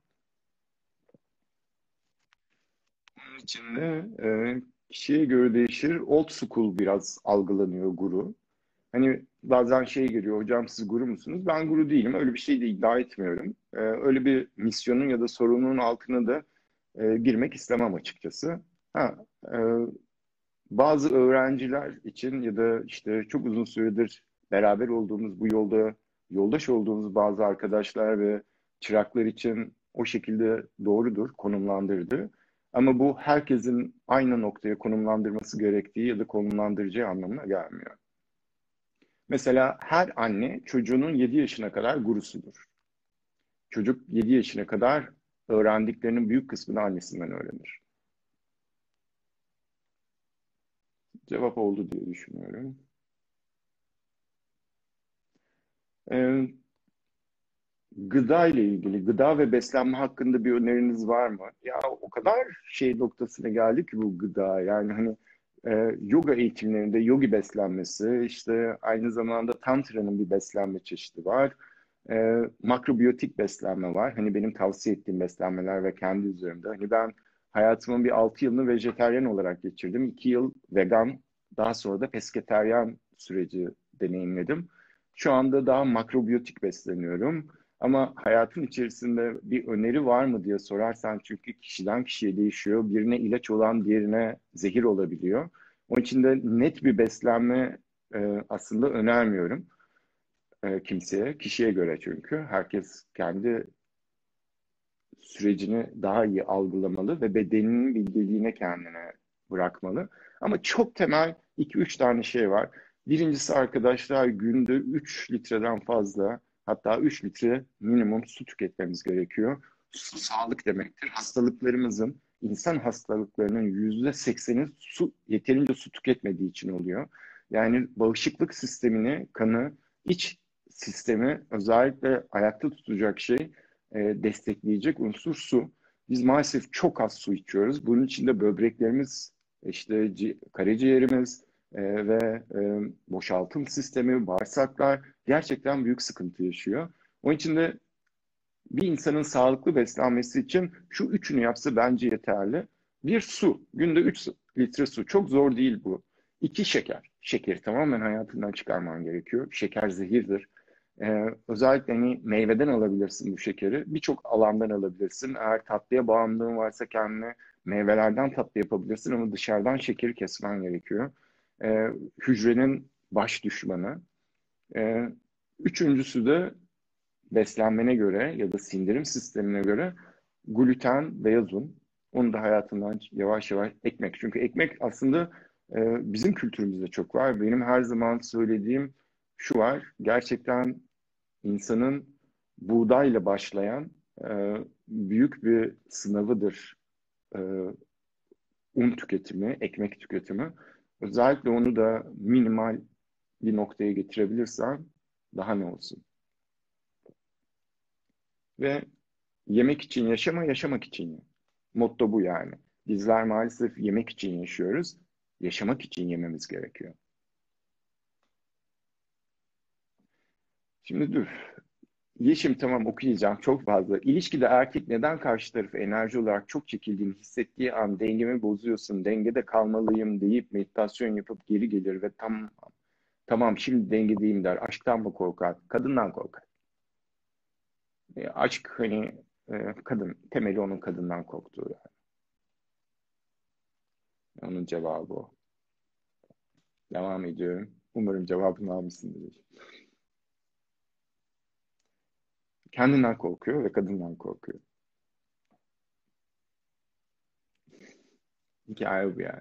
Bunun için de kişiye göre değişir. Old school biraz algılanıyor guru. Hani bazen şey geliyor, hocam siz guru musunuz? Ben guru değilim. Öyle bir şey de iddia etmiyorum. Öyle bir misyonun ya da sorumluluğun altına da girmek istemem açıkçası. Ha, e, bazı öğrenciler için ya da işte çok uzun süredir beraber olduğumuz, bu yolda yoldaş olduğumuz bazı arkadaşlar ve çıraklar için o şekilde doğrudur, konumlandırdı. Ama bu herkesin aynı noktaya konumlandırması gerektiği ya da konumlandıracağı anlamına gelmiyor. Mesela her anne çocuğunun 7 yaşına kadar gurusudur. Çocuk 7 yaşına kadar öğrendiklerinin büyük kısmını annesinden öğrenir. Cevap oldu diye düşünüyorum. Ee, Gıda ile ilgili, gıda ve beslenme hakkında bir öneriniz var mı? Ya o kadar şey noktasına geldi ki bu gıda. Yani hani yoga eğitimlerinde yogi beslenmesi, işte aynı zamanda tantra'nın bir beslenme çeşidi var. Makrobiyotik beslenme var. Hani benim tavsiye ettiğim beslenmeler ve kendi üzerimde. Hani ben hayatımın bir 6 yılını vejetaryen olarak geçirdim. 2 yıl vegan, daha sonra da pesketaryen süreci deneyimledim. Şu anda daha makrobiyotik besleniyorum. Ama hayatın içerisinde bir öneri var mı diye sorarsan, çünkü kişiden kişiye değişiyor. Birine ilaç olan diğerine zehir olabiliyor. Onun için de net bir beslenme aslında önermiyorum kimseye. Kişiye göre çünkü. Herkes kendi sürecini daha iyi algılamalı ve bedeninin bilgeliğine kendine bırakmalı. Ama çok temel iki üç tane şey var. Birincisi arkadaşlar, günde 3 litreden fazla, hatta 3 litre minimum su tüketmemiz gerekiyor. Su sağlık demektir. Hastalıklarımızın, insan hastalıklarının %80'i yeterince su tüketmediği için oluyor. Yani bağışıklık sistemini, kanı, iç sistemi özellikle ayakta tutacak şey, destekleyecek unsur su. Biz maalesef çok az su içiyoruz. Bunun içinde böbreklerimiz, işte karaciğerimiz ve boşaltım sistemi, bağırsaklar gerçekten büyük sıkıntı yaşıyor. Onun için de bir insanın sağlıklı beslenmesi için şu üçünü yapsa bence yeterli. Bir, su. Günde 3 litre su. Çok zor değil bu. İki, şeker. Şekeri tamamen hayatından çıkarman gerekiyor. Şeker zehirdir. Özellikle hani meyveden alabilirsin bu şekeri. Birçok alandan alabilirsin. Eğer tatlıya bağımlılığın varsa kendine meyvelerden tatlı yapabilirsin ama dışarıdan şekeri kesmen gerekiyor. Hücrenin baş düşmanı. Üçüncüsü de beslenmene göre ya da sindirim sistemine göre gluten, beyaz un. Onu da hayatından yavaş yavaş ekmek. Çünkü ekmek aslında bizim kültürümüzde çok var. Benim her zaman söylediğim şu var. Gerçekten insanın buğdayla başlayan büyük bir sınavıdır e, un tüketimi, ekmek tüketimi. Özellikle onu da minimal bir noktaya getirebilirsen daha ne olsun. Ve yemek için yaşama, yaşamak için ye. Motto bu yani. Bizler maalesef yemek için yaşıyoruz. Yaşamak için yememiz gerekiyor. Şimdi dur. Yeşim tamam okuyacağım çok fazla. İlişkide erkek neden karşı tarafı enerji olarak çok çekildiğini hissettiği an dengemi bozuyorsun, dengede kalmalıyım deyip meditasyon yapıp geri gelir ve tamam şimdi dengedeyim der. Aşktan mı korkar? Kadından korkar. Aşk hani kadın, temeli onun kadından korktuğu yani. Onun cevabı o. Devam ediyorum. Umarım cevabını almışsındır. Kendinden korkuyor ve kadından korkuyor. Hikaye bu yani.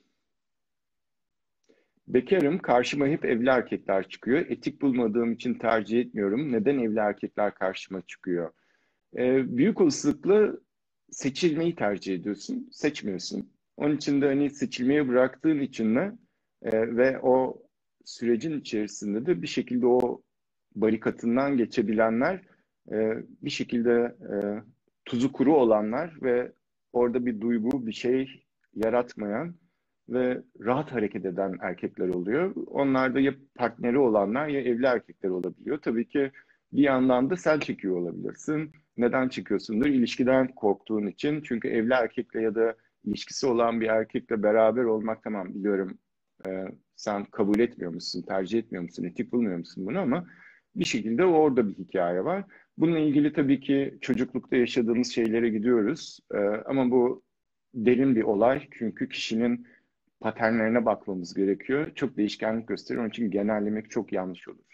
Bekarım, karşıma hep evli erkekler çıkıyor. Etik bulmadığım için tercih etmiyorum. Neden evli erkekler karşıma çıkıyor? Büyük olasılıkla seçilmeyi tercih ediyorsun, seçmiyorsun. Onun için de hani seçilmeyi bıraktığın için de ve o sürecin içerisinde de bir şekilde o barikatından geçebilenler, bir şekilde tuzu kuru olanlar ve orada bir duygu, bir şey yaratmayan ve rahat hareket eden erkekler oluyor. Onlar da ya partneri olanlar ya evli erkekler olabiliyor. Tabii ki bir yandan da sen çekiyor olabilirsin. Neden çıkıyorsundur? İlişkiden korktuğun için. Çünkü evli erkekle ya da ilişkisi olan bir erkekle beraber olmak tamam biliyorum sen kabul etmiyor musun, tercih etmiyor musun, etik bulmuyor musun bunu ama bir şekilde orada bir hikaye var. Bununla ilgili tabii ki çocuklukta yaşadığımız şeylere gidiyoruz. Ama bu derin bir olay çünkü kişinin paternlerine bakmamız gerekiyor. Çok değişkenlik gösteriyor. Onun için genellemek çok yanlış olur.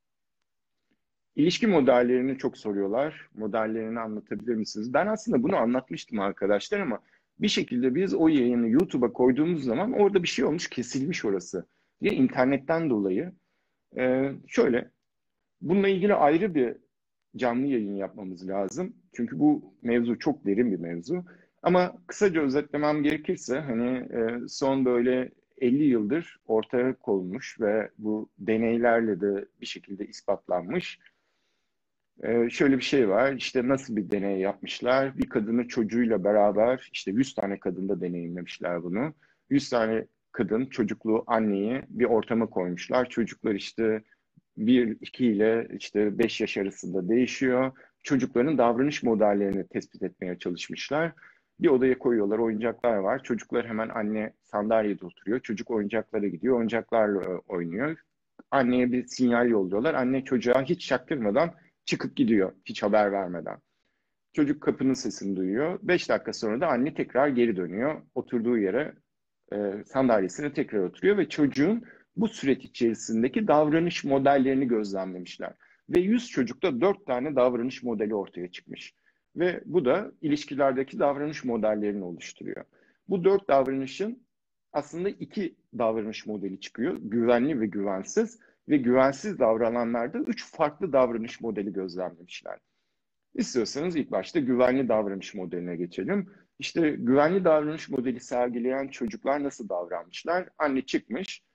İlişki modellerini çok soruyorlar. Modellerini anlatabilir misiniz? Ben aslında bunu anlatmıştım arkadaşlar ama bir şekilde biz o yayını YouTube'a koyduğumuz zaman orada bir şey olmuş, kesilmiş orası. Ya internetten dolayı. Şöyle, bununla ilgili ayrı bir canlı yayın yapmamız lazım. Çünkü bu mevzu çok derin bir mevzu. Ama kısaca özetlemem gerekirse hani son böyle 50 yıldır ortaya konmuş ve bu deneylerle de bir şekilde ispatlanmış. Şöyle bir şey var. İşte nasıl bir deney yapmışlar? Bir kadını çocuğuyla beraber işte 100 tane kadında deneyimlemişler bunu. 100 tane kadın çocuklu anneyi bir ortama koymuşlar. Çocuklar işte 1-2 ile işte 5 yaş arasında değişiyor. Çocukların davranış modellerini tespit etmeye çalışmışlar. Bir odaya koyuyorlar, oyuncaklar var. Çocuklar hemen anne sandalyede oturuyor. Çocuk oyuncaklara gidiyor, oyuncaklarla oynuyor. Anneye bir sinyal yolluyorlar. Anne çocuğa hiç çaktırmadan çıkıp gidiyor, hiç haber vermeden. Çocuk kapının sesini duyuyor. 5 dakika sonra da anne tekrar geri dönüyor. Oturduğu yere sandalyesine tekrar oturuyor ve çocuğun bu süreç içerisindeki davranış modellerini gözlemlemişler. Ve 100 çocukta 4 tane davranış modeli ortaya çıkmış. Ve bu da ilişkilerdeki davranış modellerini oluşturuyor. Bu 4 davranışın aslında 2 davranış modeli çıkıyor. Güvenli ve güvensiz. Ve güvensiz davrananlarda 3 farklı davranış modeli gözlemlemişler. İstiyorsanız ilk başta güvenli davranış modeline geçelim. İşte güvenli davranış modeli sergileyen çocuklar nasıl davranmışlar? Anne çıkmış,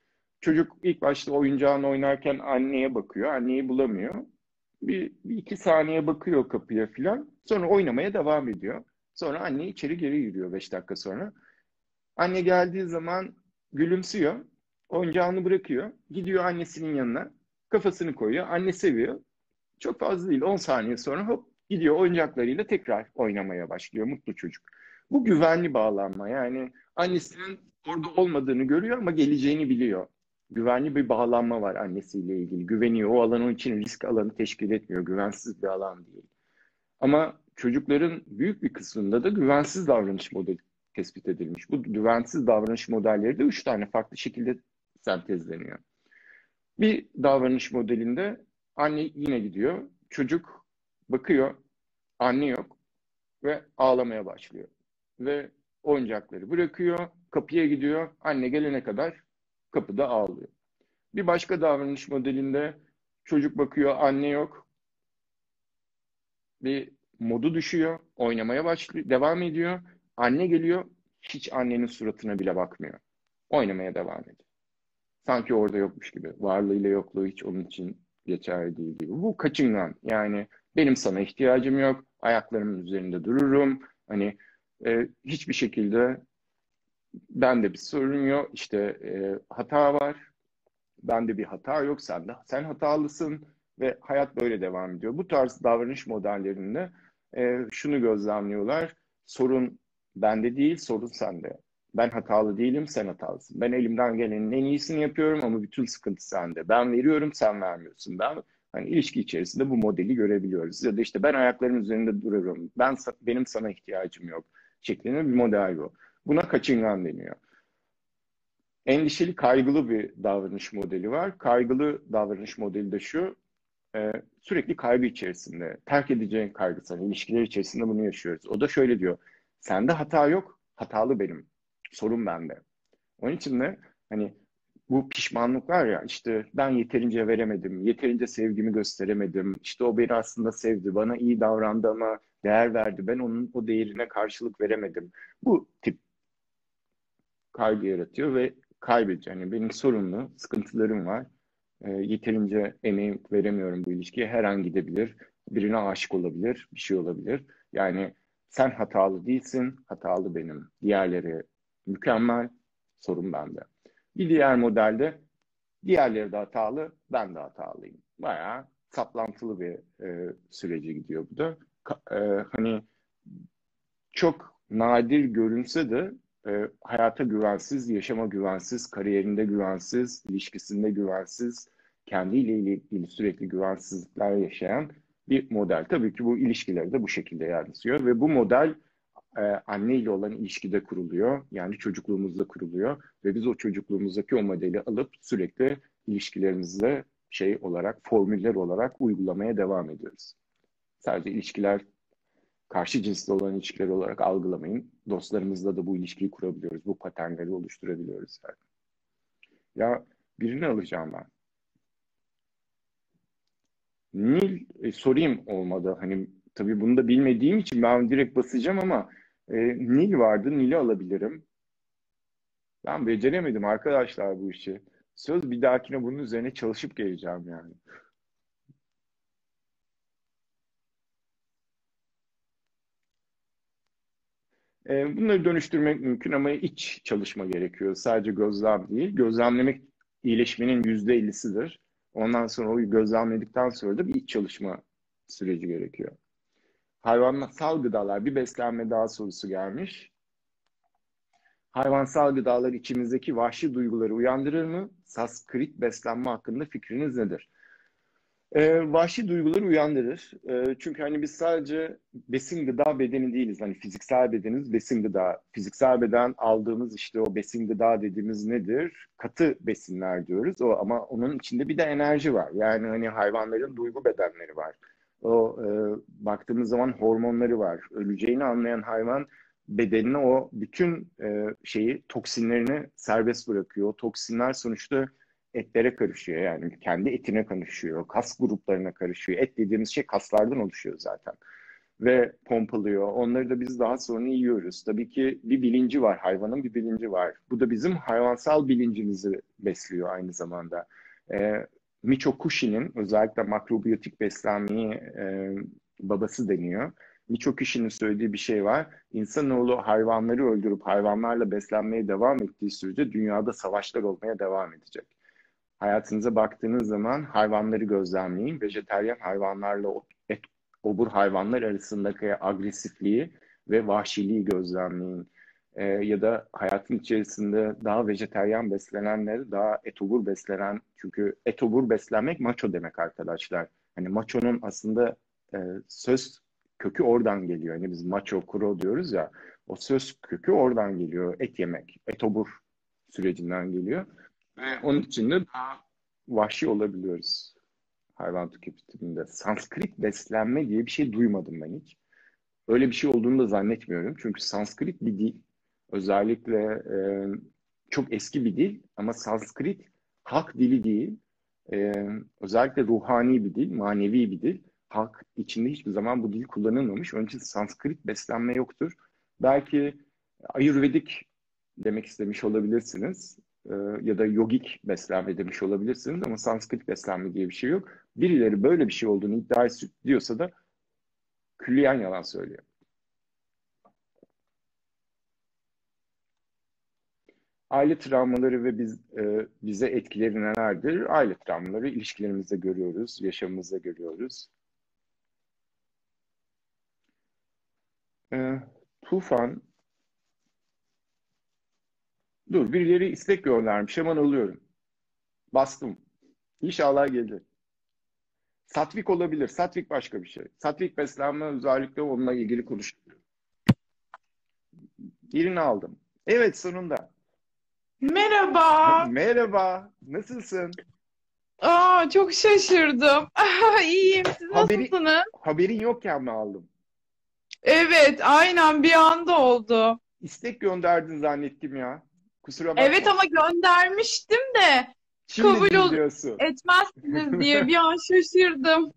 Çocuk ilk başta oyuncağını oynarken anneye bakıyor. Anneyi bulamıyor. Bir iki saniye bakıyor kapıya filan. Sonra oynamaya devam ediyor. Sonra anne içeri geri yürüyor 5 dakika sonra. Anne geldiği zaman gülümsüyor. Oyuncağını bırakıyor. Gidiyor annesinin yanına. Kafasını koyuyor. Anne seviyor. Çok fazla değil. 10 saniye sonra hop gidiyor oyuncaklarıyla tekrar oynamaya başlıyor. Mutlu çocuk. Bu güvenli bağlanma. Yani annesinin orada olmadığını görüyor ama geleceğini biliyor. Güvenli bir bağlanma var annesiyle ilgili. Güveniyor. O alan onun için risk alanı teşkil etmiyor. Güvensiz bir alan değil. Ama çocukların büyük bir kısmında da güvensiz davranış modeli tespit edilmiş. Bu güvensiz davranış modelleri de 3 tane farklı şekilde sentezleniyor. Bir davranış modelinde anne yine gidiyor. Çocuk bakıyor, anne yok ve ağlamaya başlıyor. Ve oyuncakları bırakıyor, kapıya gidiyor. Anne gelene kadar kapıda ağlıyor. Bir başka davranış modelinde çocuk bakıyor, anne yok. Bir modu düşüyor, oynamaya başlıyor, devam ediyor. Anne geliyor, hiç annenin suratına bile bakmıyor. Oynamaya devam ediyor. Sanki orada yokmuş gibi. Varlığıyla yokluğu hiç onun için geçerli değil gibi. Bu kaçıngan. Yani benim sana ihtiyacım yok. Ayaklarımın üzerinde dururum. Hani hiçbir şekilde bende bir sorun yok. İşte hata var. Bende bir hata yok. Sen hatalısın ve hayat böyle devam ediyor. Bu tarz davranış modellerinde şunu gözlemliyorlar. Sorun bende değil, sorun sende. Ben hatalı değilim, sen hatalısın. Ben elimden gelenin en iyisini yapıyorum ama bütün sıkıntı sende. Ben veriyorum, sen vermiyorsun. Hani ilişki içerisinde bu modeli görebiliyoruz. Ya da işte ben ayaklarımın üzerinde dururum. Benim sana ihtiyacım yok şeklinde bir model bu. Buna kaçıngan deniyor. Endişeli, kaygılı bir davranış modeli var. Kaygılı davranış modeli de şu, sürekli kaygı içerisinde, terk edeceğin kaygısı, hani ilişkiler içerisinde bunu yaşıyoruz. O da şöyle diyor, sende hata yok, hatalı benim, sorun bende. Onun için de hani bu pişmanlık var ya, işte ben yeterince veremedim, yeterince sevgimi gösteremedim, işte o beni aslında sevdi, bana iyi davrandı ama değer verdi, ben onun o değerine karşılık veremedim. Bu tip kaygı yaratıyor ve kaybediyor. Yani benim sorunlu, sıkıntılarım var. Yeterince emeğim veremiyorum bu ilişkiye. Her an gidebilir. Birine aşık olabilir, bir şey olabilir. Yani sen hatalı değilsin, hatalı benim. Diğerleri mükemmel, sorun bende. Bir diğer modelde diğerleri de hatalı, ben de hatalıyım. Bayağı saplantılı bir süreci gidiyor bu da. Hani çok nadir görünse de hayata güvensiz, yaşama güvensiz, kariyerinde güvensiz, ilişkisinde güvensiz, kendiyle ilgili sürekli güvensizlikler yaşayan bir model. Tabii ki bu ilişkileri de bu şekilde yansıyor ve bu model anne ile olan ilişkide kuruluyor. Yani çocukluğumuzda kuruluyor ve biz o çocukluğumuzdaki o modeli alıp sürekli ilişkilerimizde şey olarak, formüller olarak uygulamaya devam ediyoruz. Sadece ilişkiler karşı cinsli olan ilişkiler olarak algılamayın. Dostlarımızla da bu ilişkiyi kurabiliyoruz. Bu paternleri oluşturabiliyoruz. Yani. Ya birini alacağım ben. Nil sorayım olmadı. Hani tabii bunu da bilmediğim için ben direkt basacağım ama Nil vardı. Nil'i alabilirim. Ben beceremedim arkadaşlar bu işi. Söz bir dahakine bunun üzerine çalışıp geleceğim yani. Bunları dönüştürmek mümkün ama iç çalışma gerekiyor. Sadece gözlem değil. Gözlemlemek iyileşmenin %50'sidir. Ondan sonra o gözlemledikten sonra da bir iç çalışma süreci gerekiyor. Hayvansal gıdalar, bir beslenme daha sorusu gelmiş. Hayvansal gıdalar içimizdeki vahşi duyguları uyandırır mı? Sanskrit beslenme hakkında fikriniz nedir? Vahşi duyguları uyandırır. Çünkü hani biz sadece besin gıda bedeni değiliz. Hani fiziksel bedenimiz besin gıda. Fiziksel beden aldığımız işte o besin gıda dediğimiz nedir? Katı besinler diyoruz. Ama onun içinde bir de enerji var. Yani hani hayvanların duygu bedenleri var. Baktığımız zaman hormonları var. Öleceğini anlayan hayvan bedenine o bütün şeyi toksinlerini serbest bırakıyor. O toksinler sonuçta etlere karışıyor, yani kendi etine karışıyor, kas gruplarına karışıyor. Et dediğimiz şey kaslardan oluşuyor zaten. ve pompalıyor. Onları da biz daha sonra yiyoruz. Tabii ki bir bilinci var, hayvanın bir bilinci var. Bu da bizim hayvansal bilincimizi besliyor aynı zamanda. Michio Kushi'nin özellikle makrobiyotik beslenmeyi babası deniyor. Michio Kushi'nin söylediği bir şey var. İnsanoğlu hayvanları öldürüp hayvanlarla beslenmeye devam ettiği sürece dünyada savaşlar olmaya devam edecek. Hayatınıza baktığınız zaman hayvanları gözlemleyin. Vejetaryen hayvanlarla obur hayvanlar arasındaki agresifliği ve vahşiliği gözlemleyin. Ya da hayatın içerisinde daha vejetaryen beslenenleri, daha etobur beslenen, çünkü etobur beslenmek maço demek arkadaşlar. Hani maçonun aslında söz kökü oradan geliyor. Hani biz maço, kuro diyoruz ya, o söz kökü oradan geliyor. Et yemek, etobur sürecinden geliyor. Ve onun için de daha vahşi olabiliyoruz hayvan tüketiminde. Sanskrit beslenme diye bir şey duymadım ben hiç. Öyle bir şey olduğunu da zannetmiyorum. Çünkü Sanskrit bir dil. Özellikle çok eski bir dil ama Sanskrit halk dili değil. Özellikle ruhani bir dil, manevi bir dil. Halk içinde hiçbir zaman bu dil kullanılmamış. Onun için Sanskrit beslenme yoktur. Belki Ayurvedik demek istemiş olabilirsiniz. Ya da yogik beslenme demiş olabilirsiniz ama Sanskrit beslenme diye bir şey yok. Birileri böyle bir şey olduğunu iddia ediyorsa da külliyen yalan söylüyor. Aile travmaları ve bize etkileri nelerdir? Aile travmaları ilişkilerimizde görüyoruz, yaşamımızda görüyoruz. Tufan, dur birileri istek göndermiş, hemen alıyorum. Bastım. İnşallah gelir. Satvik olabilir. Satvik başka bir şey. Satvik beslenme özellikle onunla ilgili konuşuyor. Birini aldım. Evet, sonunda. Merhaba. Merhaba. Nasılsın? Çok şaşırdım. İyiyim. Siz Haberi, nasılsınız? haberin yokken mi aldım? Evet, aynen bir anda oldu. İstek gönderdin zannettim ya. Kusura Evet bakma. ama göndermiştim de Şimdi kabul dinliyorsun. etmezsiniz diye bir an şaşırdım.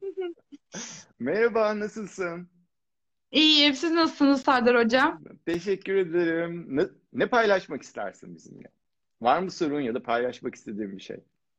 Merhaba, nasılsın? İyiyim. Siz nasılsınız Serdar Hocam? Teşekkür ederim. Ne paylaşmak istersin bizimle? Var mı sorun ya da paylaşmak istediğin bir şey?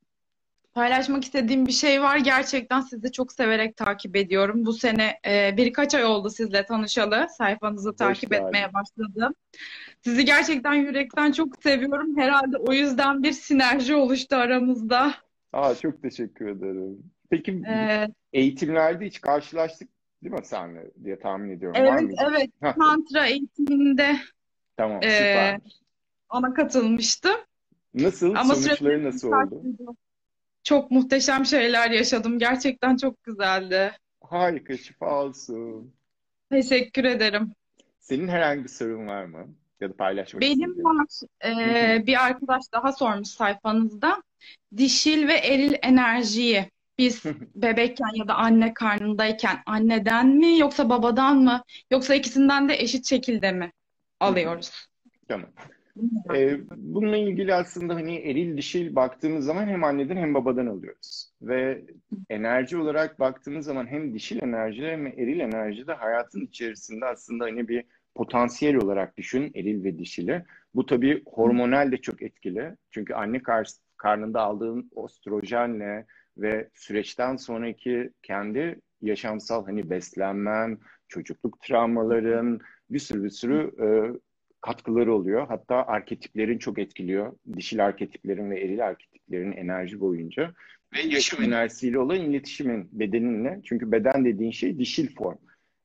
Paylaşmak istediğim bir şey var. Gerçekten sizi çok severek takip ediyorum. Bu sene birkaç ay oldu sizle tanışalı. Sayfanızı Hoş takip etmeye geldin. başladım. Sizi gerçekten yürekten çok seviyorum. Herhalde o yüzden bir sinerji oluştu aramızda. Çok teşekkür ederim. Peki Ee, eğitimlerde hiç karşılaştık değil mi senle diye tahmin ediyorum. Var evet, mıydı? evet. Hah, Tantra eğitiminde tamam, e, süpermiş. ona katılmıştım. Nasıl? Ama Sonuçları süreçlerimiz nasıl oldu? farklıydı. Çok muhteşem şeyler yaşadım. Gerçekten çok güzeldi. Harika, şifa olsun. Teşekkür ederim. Senin herhangi bir sorun var mı? Ya da paylaşmak Benim istediğin? var. Hı hı. Bir arkadaş daha sormuş sayfanızda. Dişil ve eril enerjiyi biz bebekken ya da anne karnındayken anneden mi yoksa babadan mı yoksa ikisinden de eşit şekilde mi Hı hı. alıyoruz? Tamam. Bunu merak ediyorum. Bununla ilgili aslında hani eril dişil baktığımız zaman hem anneden hem babadan alıyoruz. Ve enerji olarak baktığımız zaman hem dişil enerji hem eril enerji de hayatın içerisinde aslında hani bir potansiyel olarak düşün eril ve dişili. Bu tabii hormonal de çok etkili. Çünkü anne karnında aldığın ostrojenle ve süreçten sonraki kendi yaşamsal hani beslenmen, çocukluk travmaların bir sürü katkıları oluyor. Hatta arketiplerin çok etkiliyor. Dişil arketiplerin ve eril arketiplerin enerji boyunca. Ve yaşam enerjisiyle olan iletişimin bedeninle. Çünkü beden dediğin şey dişil form.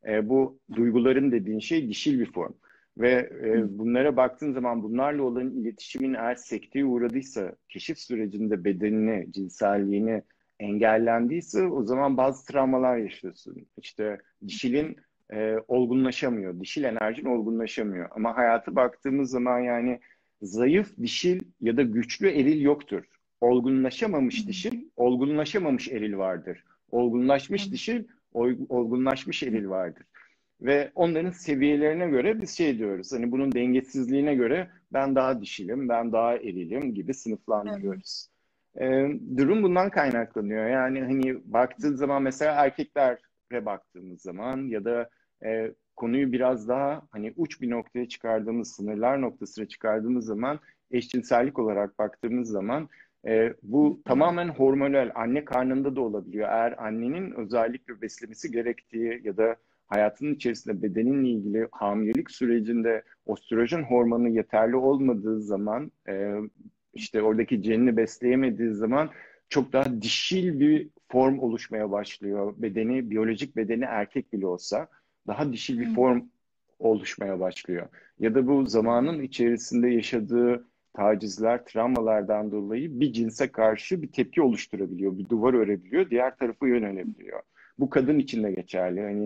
Bu duyguların dediğin şey dişil bir form. Ve bunlara baktığın zaman bunlarla olan iletişimin eğer sekteye uğradıysa, keşif sürecinde bedenini, cinselliğini engellendiyse o zaman bazı travmalar yaşıyorsun. İşte dişilin olgunlaşamıyor. Dişil enerjin olgunlaşamıyor. Ama hayata baktığımız zaman yani zayıf dişil ya da güçlü eril yoktur. Olgunlaşamamış dişil, olgunlaşamamış eril vardır. Olgunlaşmış dişil, olgunlaşmış eril vardır. Ve onların seviyelerine göre biz şey diyoruz. Hani bunun dengesizliğine göre ben daha dişilim, ben daha erilim gibi Evet. sınıflandırıyoruz. Durum bundan kaynaklanıyor. Yani hani baktığın zaman mesela erkeklere baktığımız zaman ya da konuyu biraz daha hani uç bir noktaya çıkardığımız, sınırlar noktasına çıkardığımız zaman, eşcinsellik olarak baktığımız zaman bu tamamen hormonal, anne karnında da olabiliyor. Eğer annenin özellikle beslemesi gerektiği ya da hayatının içerisinde bedeninle ilgili hamilelik sürecinde östrojen hormonu yeterli olmadığı zaman, işte oradaki cenini besleyemediği zaman çok daha dişil bir form oluşmaya başlıyor. Bedeni, biyolojik bedeni erkek bile olsa daha dişil bir form oluşmaya başlıyor. Ya da bu zamanın içerisinde yaşadığı tacizler, travmalardan dolayı bir cinse karşı bir tepki oluşturabiliyor, bir duvar örebiliyor, diğer tarafa yönelebiliyor. Bu kadın için de geçerli. Hani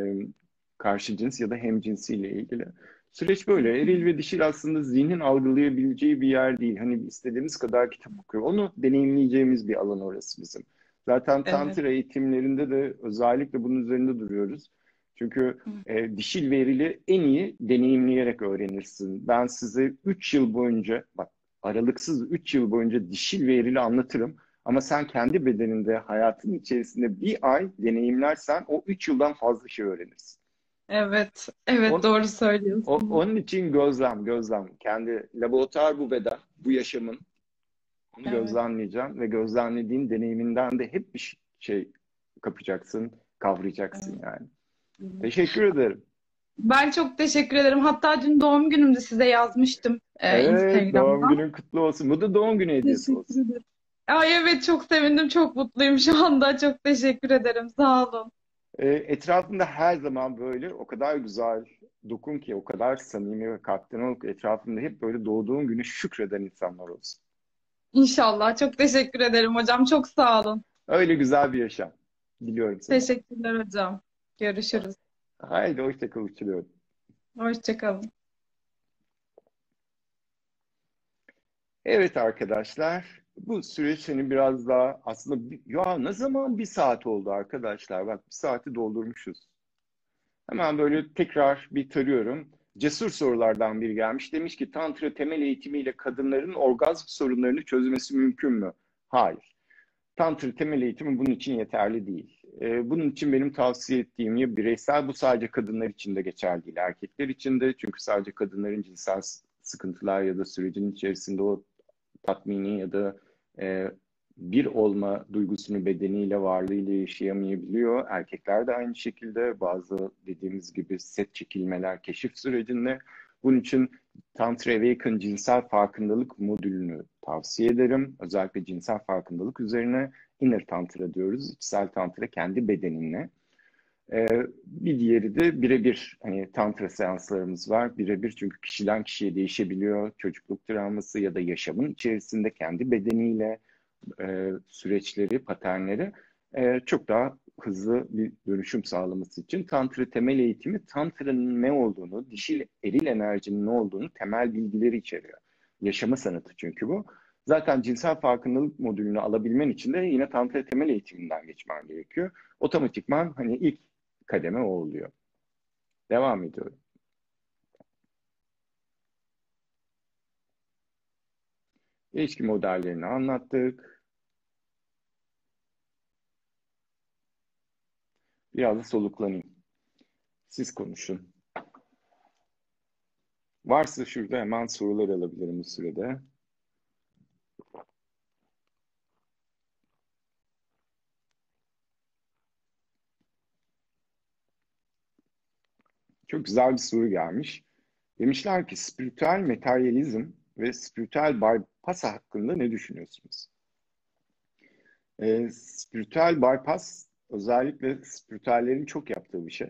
karşı cins ya da hemcinsiyle ilgili. Süreç böyle. Eril ve dişil aslında zihnin algılayabileceği bir yer değil. Hani istediğimiz kadar kitap okuyor. Onu deneyimleyeceğimiz bir alan orası bizim. Zaten Evet. tantra eğitimlerinde de özellikle bunun üzerinde duruyoruz. Çünkü dişil ve erili en iyi deneyimleyerek öğrenirsin. Ben size 3 yıl boyunca, bak aralıksız 3 yıl boyunca dişil ve erili anlatırım. Ama sen kendi bedeninde, hayatın içerisinde bir ay deneyimlersen o 3 yıldan fazla şey öğrenirsin. Evet. Evet, On, doğru söylüyorsun. onun için gözlem. Kendi laboratuvar bu beden, bu yaşamın. Onu Evet. gözlemleyeceğim ve gözlemlediğin deneyiminden de hep bir şey kapacaksın, kavrayacaksın Evet. yani. Teşekkür ederim. Ben çok teşekkür ederim. Hatta dün doğum günümde size yazmıştım Evet, doğum Instagram'dan. günün kutlu olsun. Bu da doğum günü hediyesi Teşekkür olsun. ederim. Ay evet, çok sevindim. Çok mutluyum şu anda. Çok teşekkür ederim. Sağ olun. Etrafında her zaman böyle o kadar güzel dokun ki, o kadar samimi ve kalpten ol ki etrafında hep böyle doğduğun günü şükreden insanlar olsun. İnşallah. Çok teşekkür ederim hocam. Çok sağ olun. Öyle güzel bir yaşam diliyorum sana. Teşekkürler hocam. Görüşürüz. Haydi hoşça kal, uçuruyorum. Hoşça kalın. Evet arkadaşlar, bu süreç hani biraz daha aslında ya ne zaman bir saat oldu arkadaşlar? Bak bir saati doldurmuşuz. Hemen böyle tekrar bir tarıyorum. Cesur sorulardan biri gelmiş. Demiş ki Tantra temel eğitimiyle kadınların orgazm sorunlarını çözmesi mümkün mü? Hayır. Tantra temel eğitimi bunun için yeterli değil. Bunun için benim tavsiye ettiğim ya bireysel, bu sadece kadınlar için de geçerli değil. Erkekler için de, çünkü sadece kadınların cinsel sıkıntılar ya da sürecin içerisinde o tatmini ya da e, bir olma duygusunu bedeniyle, varlığıyla yaşayamayabiliyor. Erkekler de aynı şekilde bazı dediğimiz gibi set çekilmeler keşif sürecinde. Bunun için Tantra Awaken cinsel farkındalık modülünü tavsiye ederim. Özellikle cinsel farkındalık üzerine Inner Tantra diyoruz. İçsel Tantra kendi bedeninle. Bir diğeri de birebir, hani tantra seanslarımız var. Birebir, çünkü kişiden kişiye değişebiliyor. Çocukluk travması ya da yaşamın içerisinde kendi bedeniyle süreçleri, paternleri çok daha hızlı bir dönüşüm sağlaması için Tantra temel eğitimi, Tantra'nın ne olduğunu, dişil eril enerjinin ne olduğunu, temel bilgileri içeriyor. Yaşama sanatı çünkü bu. Zaten cinsel farkındalık modülünü alabilmen için de yine Tantra temel eğitiminden geçmen gerekiyor. Otomatikman hani ilk kademe o oluyor. Devam ediyorum. İlişki modellerini anlattık. Biraz da soluklanayım. Siz konuşun. Varsa şurada hemen sorular alabilirim bu sürede. Çok güzel bir soru gelmiş. Demişler ki spiritüel materyalizm ve spiritüel bypass hakkında ne düşünüyorsunuz? Spiritüel bypass özellikle spiritüellerin çok yaptığı bir şey.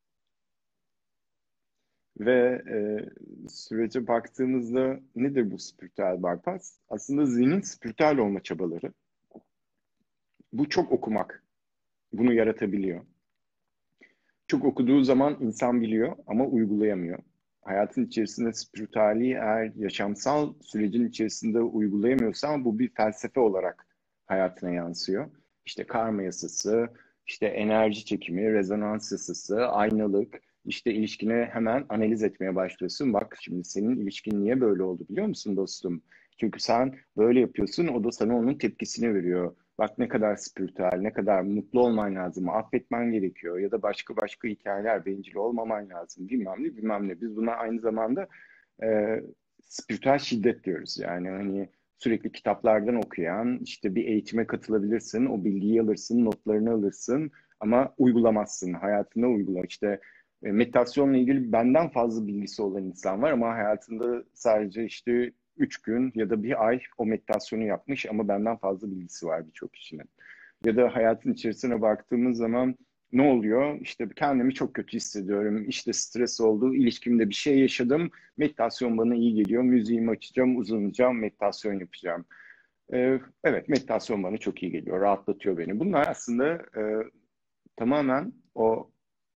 Ve sürece baktığımızda nedir bu spiritüel bypass? Aslında zihnin spiritüel olma çabaları. Bu çok okumak bunu yaratabiliyor. Çok okuduğu zaman insan biliyor ama uygulayamıyor. Hayatın içerisinde spiritüelliği eğer yaşamsal sürecin içerisinde uygulayamıyorsan bu bir felsefe olarak hayatına yansıyor. İşte karma yasası, işte enerji çekimi, rezonans yasası, aynalık, işte ilişkini hemen analiz etmeye başlıyorsun. Bak şimdi senin ilişkin niye böyle oldu biliyor musun dostum? Çünkü sen böyle yapıyorsun, o da sana onun tepkisini veriyor. Bak ne kadar spiritüel, ne kadar mutlu olman lazım, affetmen gerekiyor ya da başka başka hikayeler, bencil olmaman lazım, bilmem ne bilmem ne. Biz buna aynı zamanda e, spiritüel şiddet diyoruz. Yani hani sürekli kitaplardan okuyan, işte bir eğitime katılabilirsin, o bilgiyi alırsın, notlarını alırsın ama uygulamazsın, hayatında uygula. İşte meditasyonla ilgili benden fazla bilgisi olan insan var ama hayatında sadece işte 3 gün ya da bir ay o meditasyonu yapmış ama benden fazla bilgisi var birçok kişinin. Ya da hayatın içerisine baktığımız zaman ne oluyor? İşte kendimi çok kötü hissediyorum. İşte stres oldu, ilişkimde bir şey yaşadım. Meditasyon bana iyi geliyor. Müziğimi açacağım, uzanacağım, meditasyon yapacağım. Evet, meditasyon bana çok iyi geliyor, rahatlatıyor beni. Bunlar aslında tamamen o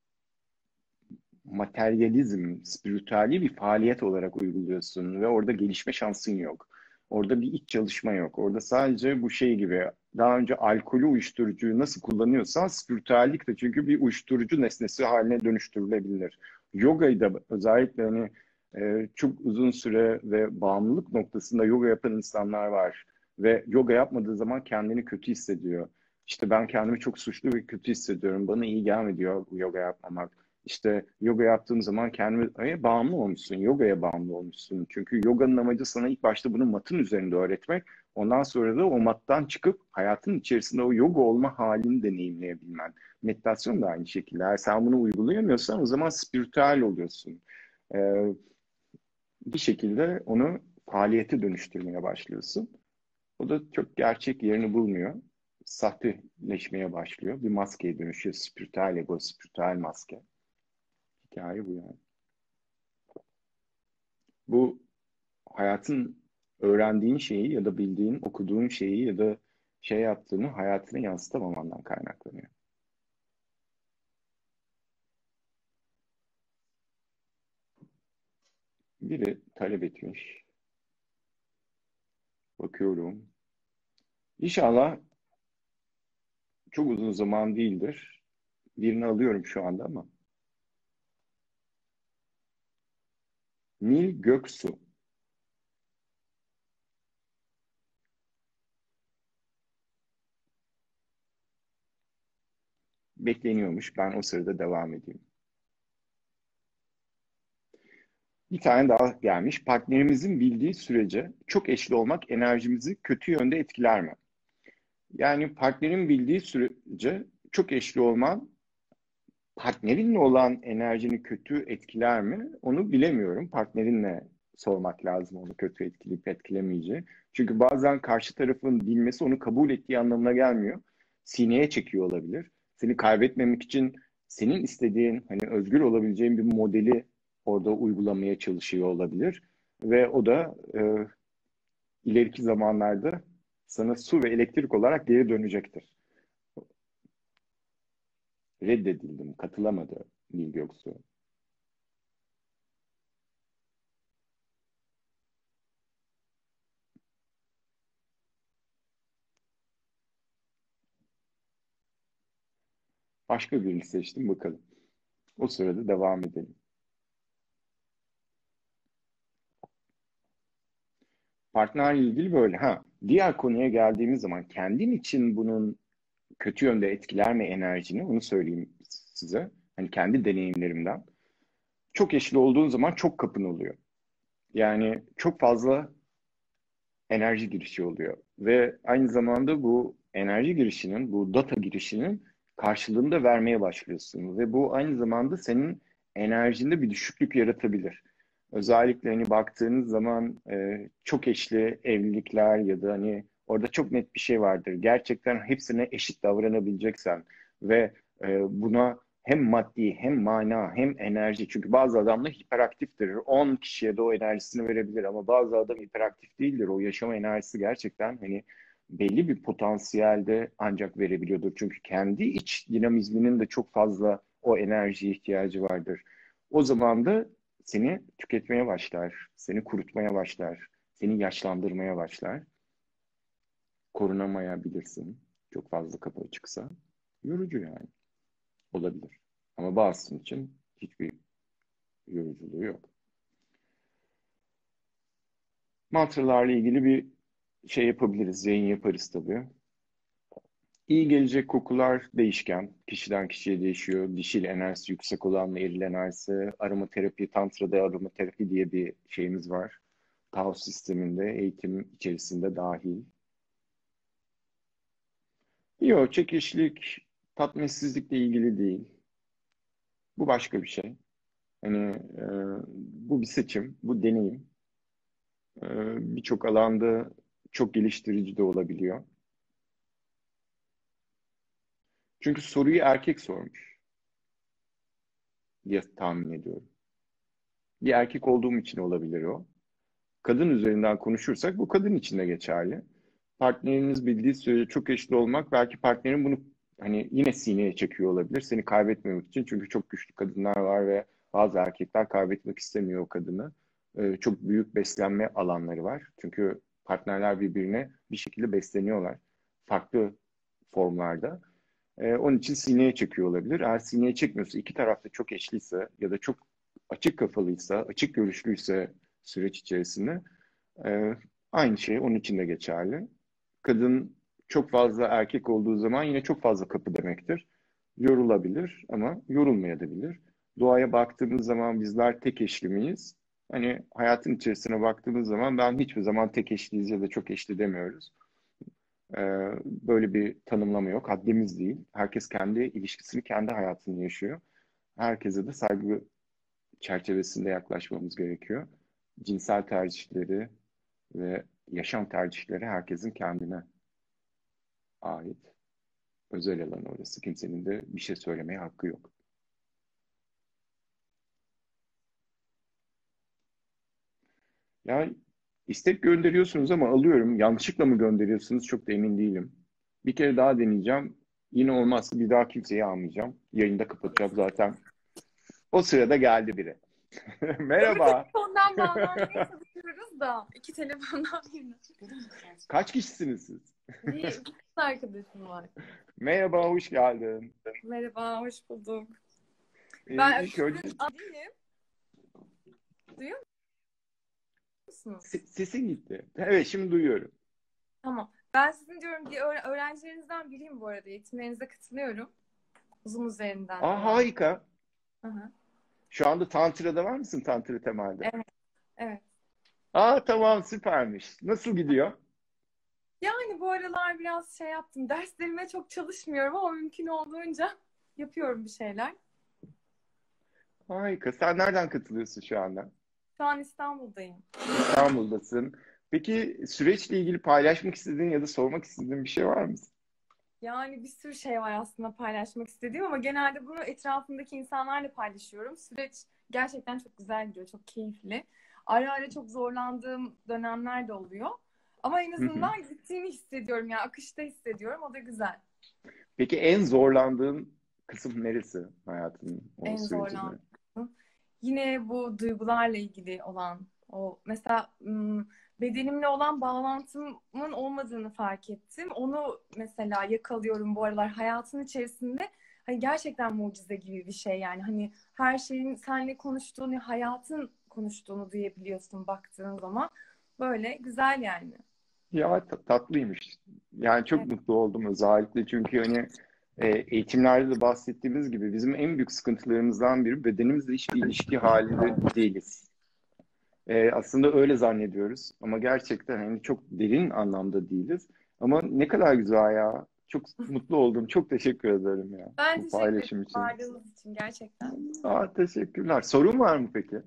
materyalizm, spiritüeli bir faaliyet olarak uyguluyorsun ve orada gelişme şansın yok. Orada bir iç çalışma yok. Orada sadece bu şey gibi daha önce alkolü, uyuşturucuyu nasıl kullanıyorsan spiritüellik de çünkü bir uyuşturucu nesnesi haline dönüştürülebilir. Yogayı da özellikle hani çok uzun süre ve bağımlılık noktasında yoga yapan insanlar var ve yoga yapmadığı zaman kendini kötü hissediyor. İşte ben kendimi çok suçlu ve kötü hissediyorum. Bana iyi gelmiyor bu yoga yapmamak. İşte yoga yaptığım zaman kendime bağımlı olmuşsun, yogaya bağımlı olmuşsun. Çünkü yoganın amacı sana ilk başta bunu matın üzerinde öğretmek. Ondan sonra da o mattan çıkıp hayatın içerisinde o yoga olma halini deneyimleyebilmen. Meditasyon da aynı şekilde. Eğer sen bunu uygulayamıyorsan o zaman spiritüel oluyorsun. Ee, Bir şekilde onu faaliyete dönüştürmeye başlıyorsun. O da çok gerçek yerini bulmuyor. Sahteleşmeye başlıyor. Bir maskeye dönüşüyor. Spiritüel ego, spiritüel maske. Hikaye bu yani. Bu hayatın öğrendiğin şeyi ya da bildiğin, okuduğun şeyi ya da şey yaptığını hayatına yansıtamamandan kaynaklanıyor. Biri talep etmiş. Bakıyorum. İnşallah çok uzun zaman değildir. Birini alıyorum şu anda ama. Nil Göksu. Bekleniyormuş. Ben o sırada devam edeyim. Bir tane daha gelmiş. Partnerimizin bildiği sürece çok eşli olmak enerjimizi kötü yönde etkiler mi? Yani partnerin bildiği sürece çok eşli olman partnerinle olan enerjini kötü etkiler mi? Onu bilemiyorum. Partnerinle sormak lazım onu kötü etkileyip etkilemeyeceği. Çünkü bazen karşı tarafın bilmesi onu kabul ettiği anlamına gelmiyor. Sineye çekiyor olabilir. Seni kaybetmemek için senin istediğin hani özgür olabileceğin bir modeli orada uygulamaya çalışıyor olabilir. Ve o da ileriki zamanlarda sana su ve elektrik olarak geri dönecektir. Reddedildim, katılamadı Nil Göksu. Başka birini seçtim bakalım. O sırada devam edelim. Partnerle ilgili böyle. Ha, diğer konuya geldiğimiz zaman kendin için bunun kötü yönde etkiler mi enerjini? Onu söyleyeyim size. Hani kendi deneyimlerimden. Çok eşli olduğun zaman çok kapın oluyor. Yani çok fazla enerji girişi oluyor. Ve aynı zamanda bu enerji girişinin, bu data girişinin karşılığını da vermeye başlıyorsun. Ve bu aynı zamanda senin enerjinde bir düşüklük yaratabilir. Özellikle hani baktığınız zaman çok eşli evlilikler ya da hani orada çok net bir şey vardır. Gerçekten hepsine eşit davranabileceksen ve buna hem maddi hem mana hem enerji. Çünkü bazı adamlar hiperaktiftir. 10 kişiye de o enerjisini verebilir ama bazı adam hiperaktif değildir. O yaşama enerjisi gerçekten hani belli bir potansiyelde ancak verebiliyordur. Çünkü kendi iç dinamizminin de çok fazla o enerjiye ihtiyacı vardır. O zaman da seni tüketmeye başlar, seni kurutmaya başlar, seni yaşlandırmaya başlar. Korunamayabilirsin. Çok fazla kapı açıksa. Yorucu yani. Olabilir. Ama bazısının için hiçbir yoruculuğu yok. Mantralarla ilgili bir şey yapabiliriz. Yayın yaparız tabii. İyi gelecek kokular değişken. Kişiden kişiye değişiyor. Dişil enerjisi yüksek olanla eril enerjisi. Aromaterapi, tantrada aromaterapi diye bir şeyimiz var. Taos sisteminde, eğitim içerisinde dahil. Yok, çekişlik, tatminsizlikle ilgili değil. Bu başka bir şey. Hani bu bir seçim, bu deneyim. Birçok alanda çok geliştirici de olabiliyor. Çünkü soruyu erkek sormuş diye tahmin ediyorum. Bir erkek olduğum için olabilir o. Kadın üzerinden konuşursak bu kadın için de geçerli. Partneriniz bildiği sürece çok eşli olmak belki partnerin bunu hani yine sineye çekiyor olabilir. Seni kaybetmemek için. Çünkü çok güçlü kadınlar var ve bazı erkekler kaybetmek istemiyor o kadını. Çok büyük beslenme alanları var. Çünkü partnerler birbirine bir şekilde besleniyorlar. Farklı formlarda. Onun için sineye çekiyor olabilir. Eğer sineye çekmiyorsa, iki tarafta çok eşliyse ya da çok açık kafalıysa, açık görüşlüyse süreç içerisinde ee, aynı şey onun için de geçerli. Kadın çok fazla erkek olduğu zaman yine çok fazla kapı demektir. Yorulabilir ama yorulmayabilir. Doğaya baktığımız zaman bizler tek eşli miyiz? Hani hayatın içerisine baktığımız zaman ben hiçbir zaman tek eşliyiz ya da çok eşli demiyoruz. Böyle bir tanımlama yok. Haddimiz değil. Herkes kendi ilişkisini, kendi hayatını yaşıyor. Herkese de saygı çerçevesinde yaklaşmamız gerekiyor. Cinsel tercihleri ve yaşam tercihleri herkesin kendine ait. Özel alan orası. Kimsenin de bir şey söylemeye hakkı yok. Yani istek gönderiyorsunuz ama alıyorum. Yanlışlıkla mı gönderiyorsunuz çok da emin değilim. Bir kere daha deneyeceğim. Yine olmazsa bir daha kimseyi almayacağım. Yayında kapatacağım zaten. O sırada geldi biri. Öbür Merhaba. telefondan bağlanmaya çalışıyoruz da iki telefondan birini. Kaç kişisiniz siz? Bir kız arkadaşım var. Merhaba, hoş geldin. Merhaba, hoş bulduk. Ben İlk önce değilim. Duyuyor musunuz? sesin gitti. Evet, şimdi duyuyorum. Tamam. Ben sizin diyorum bir öğrencilerinizden biriyim bu arada. Eğitimlerinize katılıyorum. Uzun üzerinden Aa, olan. harika. Hı hı. Şu anda Tantra'da var mısın, Tantra temelde? Evet, evet. Aa, tamam, süpermiş. Nasıl gidiyor? Yani bu aralar biraz şey yaptım. Derslerime çok çalışmıyorum ama mümkün olduğunca yapıyorum bir şeyler. Harika. Sen nereden katılıyorsun şu anda? Şu an İstanbul'dayım. İstanbul'dasın. Peki süreçle ilgili paylaşmak istediğin ya da sormak istediğin bir şey var mı? Yani bir sürü şey var aslında paylaşmak istediğim ama genelde bunu etrafımdaki insanlarla paylaşıyorum. Süreç gerçekten çok güzel gidiyor, çok keyifli. Ara ara çok zorlandığım dönemler de oluyor. Ama en Hı hı. azından gittiğini hissediyorum ya, akışta hissediyorum. O da güzel. Peki en zorlandığın kısım neresi hayatının o En sürecinde? zorlandığım. Yine bu duygularla ilgili olan o mesela bedenimle olan bağlantımın olmadığını fark ettim. Onu mesela yakalıyorum bu aralar hayatın içerisinde. Hani gerçekten mucize gibi bir şey yani. Hani her şeyin seninle konuştuğunu, hayatın konuştuğunu duyabiliyorsun baktığın zaman. Böyle güzel yani. Ya tatlıymış. Yani çok Evet. mutlu oldum özellikle çünkü hani eğitimlerde de bahsettiğimiz gibi bizim en büyük sıkıntılarımızdan biri bedenimizle hiçbir ilişki halinde değiliz. Aslında öyle zannediyoruz ama gerçekten hani çok derin anlamda değiliz. Ama ne kadar güzel ya. Çok mutlu oldum. Çok teşekkür ederim ya Ben bu teşekkür ederim paylaşım için. vardığınız için gerçekten. Aa, teşekkürler. Sorun var mı peki?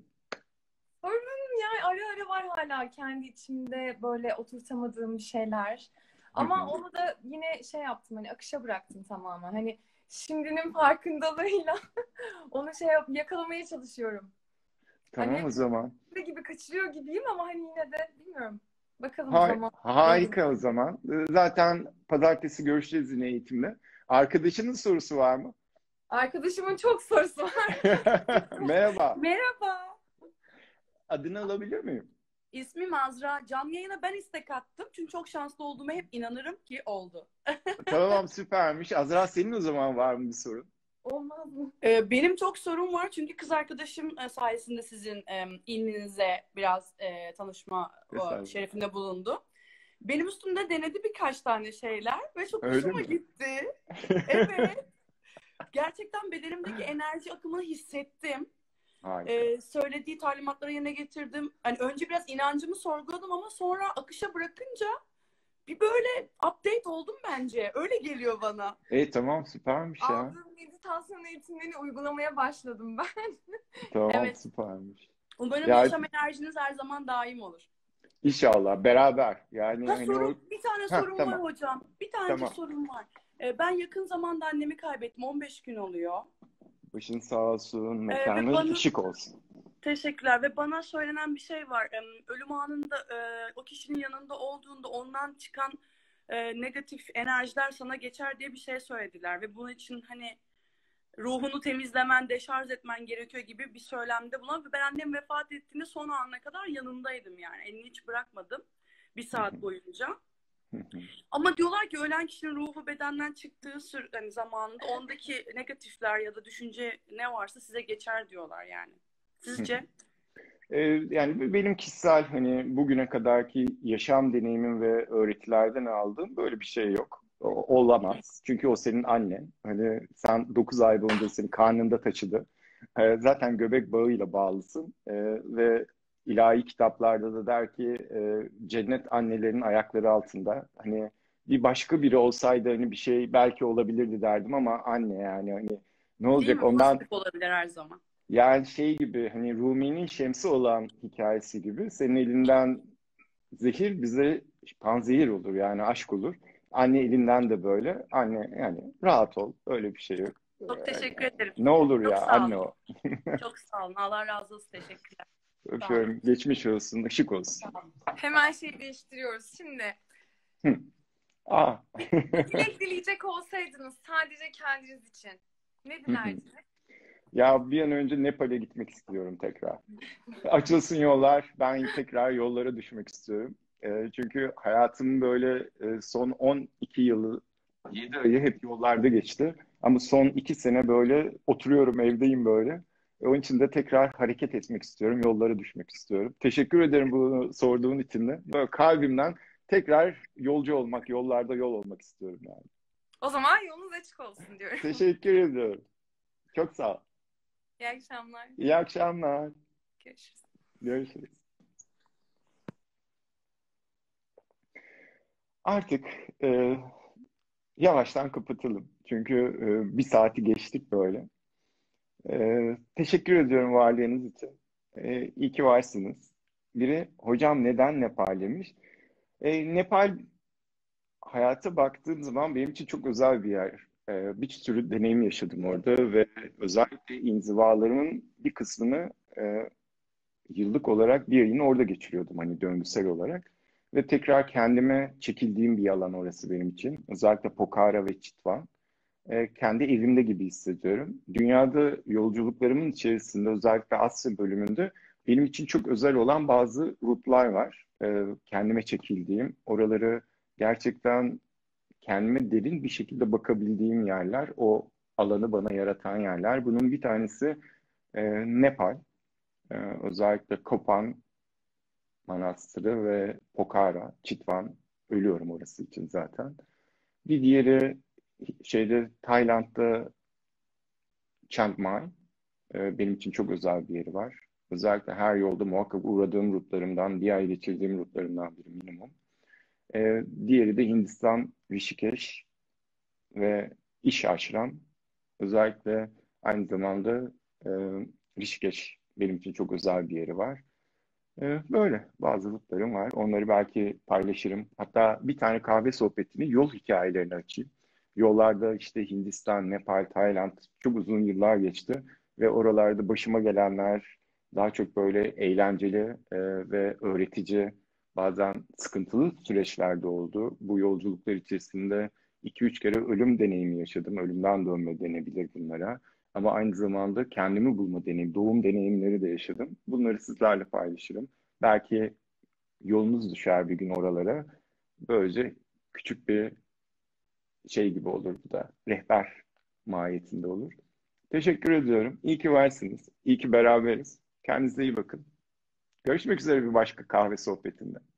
Sorunum ya ara ara var hala kendi içimde böyle oturtamadığım bir şeyler. Hı Ama hı. onu da yine şey yaptım hani akışa bıraktım tamamen. Hani şimdinin farkındalığıyla onu şey yakalamaya çalışıyorum. Hani Tamam o zaman. ne gibi kaçırıyor gibiyim ama hani yine de bilmiyorum. Bakalım Ha zaman neydi? harika o zaman. Zaten pazartesi görüşeceğiz yine eğitimde. Arkadaşının sorusu var mı? Arkadaşımın çok sorusu var. Merhaba. Merhaba. Adını alabilir miyim? İsmim Azra. Canlı yayına ben istek attım. Çünkü çok şanslı olduğuma hep inanırım ki oldu. Tamam, süpermiş. Azra, senin o zaman var mı bir sorun? Olmaz mı? Benim çok sorun var. Çünkü kız arkadaşım sayesinde sizin ilminize biraz tanışma Estağfurullah. şerefinde bulundu. benim üstümde denedi birkaç tane şeyler ve çok Öyle hoşuma mi? gitti. Evet. Gerçekten bedenimdeki enerji akımını hissettim. Harika. Söylediği talimatları yerine getirdim. Hani önce biraz inancımı sorguladım ama sonra akışa bırakınca bir böyle update oldum bence. Öyle geliyor bana. Tamam, süpermiş ya. Aldığım meditasyon eğitimlerini uygulamaya başladım ben. Tamam, Evet. süpermiş. Umarım Ya yaşam enerjiniz her zaman daim olur. inşallah beraber. Yani Ha, hani o... bir tane Heh, sorum var tamam, hocam. Bir tane tamam. sorum var. Ben yakın zamanda annemi kaybettim. 15 gün oluyor. Başın sağ olsun, Ve mekanı bana ışık olsun. teşekkürler. Ve bana söylenen bir şey var. Ölüm anında o kişinin yanında olduğunda ondan çıkan negatif enerjiler sana geçer diye bir şey söylediler. Ve bunun için hani ruhunu temizlemen, deşarj etmen gerekiyor gibi bir söylemde bulunan. Ve ben annem vefat ettiğinde son anına kadar yanındaydım yani. Elini hiç bırakmadım. Bir saat boyunca. Ama diyorlar ki ölen kişinin ruhu bedenden çıktığı hani zamanında ondaki negatifler ya da düşünce ne varsa size geçer diyorlar yani. Sizce? Yani benim kişisel hani bugüne kadarki yaşam deneyimim ve öğretilerden aldığım böyle bir şey yok. Olamaz. Çünkü o senin annen. Hani sen 9 ay boyunca seni karnında taşıdı. Zaten göbek bağıyla bağlısın. Ve ilahi kitaplarda da der ki cennet annelerin ayakları altında. Hani bir başka biri olsaydı hani bir şey belki olabilirdi derdim ama anne yani hani ne Değil olacak mi? ondan. Pozitif olabilir her zaman. Yani şey gibi hani Rumi'nin Şemsi olan hikayesi gibi senin elinden zehir bize panzehir olur yani aşk olur. Anne elinden de böyle. Anne yani rahat ol. Öyle bir şey yok. Çok teşekkür ederim. Ne olur Çok ya sağ anne olun. o. Çok sağ olun. Allah razı olsun. Teşekkürler. Sağ olun. Öpüyorum. Geçmiş olsun. Işık olsun. Hemen şey değiştiriyoruz. Şimdi Hı. Aa. bir dilek dileyecek olsaydınız sadece kendiniz için ne dilerdiniz? Ya bir an önce Nepal'e gitmek istiyorum tekrar. Açılsın yollar. Ben tekrar yollara düşmek istiyorum. Çünkü hayatımın böyle son 12 yılı, 7 ayı hep yollarda geçti. Ama son 2 sene böyle oturuyorum, evdeyim böyle. Onun için de tekrar hareket etmek istiyorum, yollara düşmek istiyorum. Teşekkür ederim bunu sorduğun için de. Böyle kalbimden tekrar yolcu olmak, yollarda yol olmak istiyorum yani. O zaman yolunuz açık olsun diyorum. Teşekkür ediyorum. Çok sağ ol. İyi akşamlar. İyi akşamlar. Görüşürüz. Görüşürüz. Artık yavaştan kapatalım. Çünkü 1 saati geçtik böyle. Teşekkür ediyorum varlığınız için. İyi ki varsınız. Biri, hocam neden Nepal demiş. Nepal hayata baktığım zaman benim için çok özel bir yer. Bir sürü deneyim yaşadım orada ve özellikle inzivalarımın bir kısmını yıllık olarak bir ayını orada geçiriyordum hani döngüsel olarak. Ve tekrar kendime çekildiğim bir alan orası benim için. Özellikle Pokhara ve Chitwan. Kendi evimde gibi hissediyorum. Dünyada yolculuklarımın içerisinde özellikle Asya bölümünde benim için çok özel olan bazı rutlar var. Kendime çekildiğim, oraları gerçekten kendime derin bir şekilde bakabildiğim yerler, o alanı bana yaratan yerler. Bunun bir tanesi Nepal. Özellikle Kopan Manastırı ve Pokhara, Chitwan. Ölüyorum orası için zaten. Bir diğeri Tayland'da Chiang Mai. Benim için çok özel bir yeri var. Özellikle her yolda muhakkak uğradığım rutlarımdan, bir ay geçirdiğim rutlarımdan biri minimum. Diğeri de Hindistan, Rishikesh ve İş Ashram. Özellikle aynı zamanda e, Rishikesh benim için çok özel bir yeri var. Böyle bazı rutlarım var. Onları belki paylaşırım. Hatta bir tane kahve sohbetini yol hikayelerini açayım. Yollarda işte Hindistan, Nepal, Tayland çok uzun yıllar geçti. Ve oralarda başıma gelenler daha çok böyle eğlenceli ve öğretici, bazen sıkıntılı süreçlerde oldu. Bu yolculuklar içerisinde 2-3 kere ölüm deneyimi yaşadım. Ölümden dönme denebilir bunlara. Ama aynı zamanda kendimi bulma deneyim, doğum deneyimleri de yaşadım. Bunları sizlerle paylaşırım. Belki yolunuz düşer bir gün oralara. Böylece küçük bir şey gibi olur bu da. Rehber mahiyetinde olur. Teşekkür ediyorum. İyi ki varsınız. İyi ki beraberiz. Kendinize iyi bakın. Görüşmek üzere bir başka kahve sohbetinde.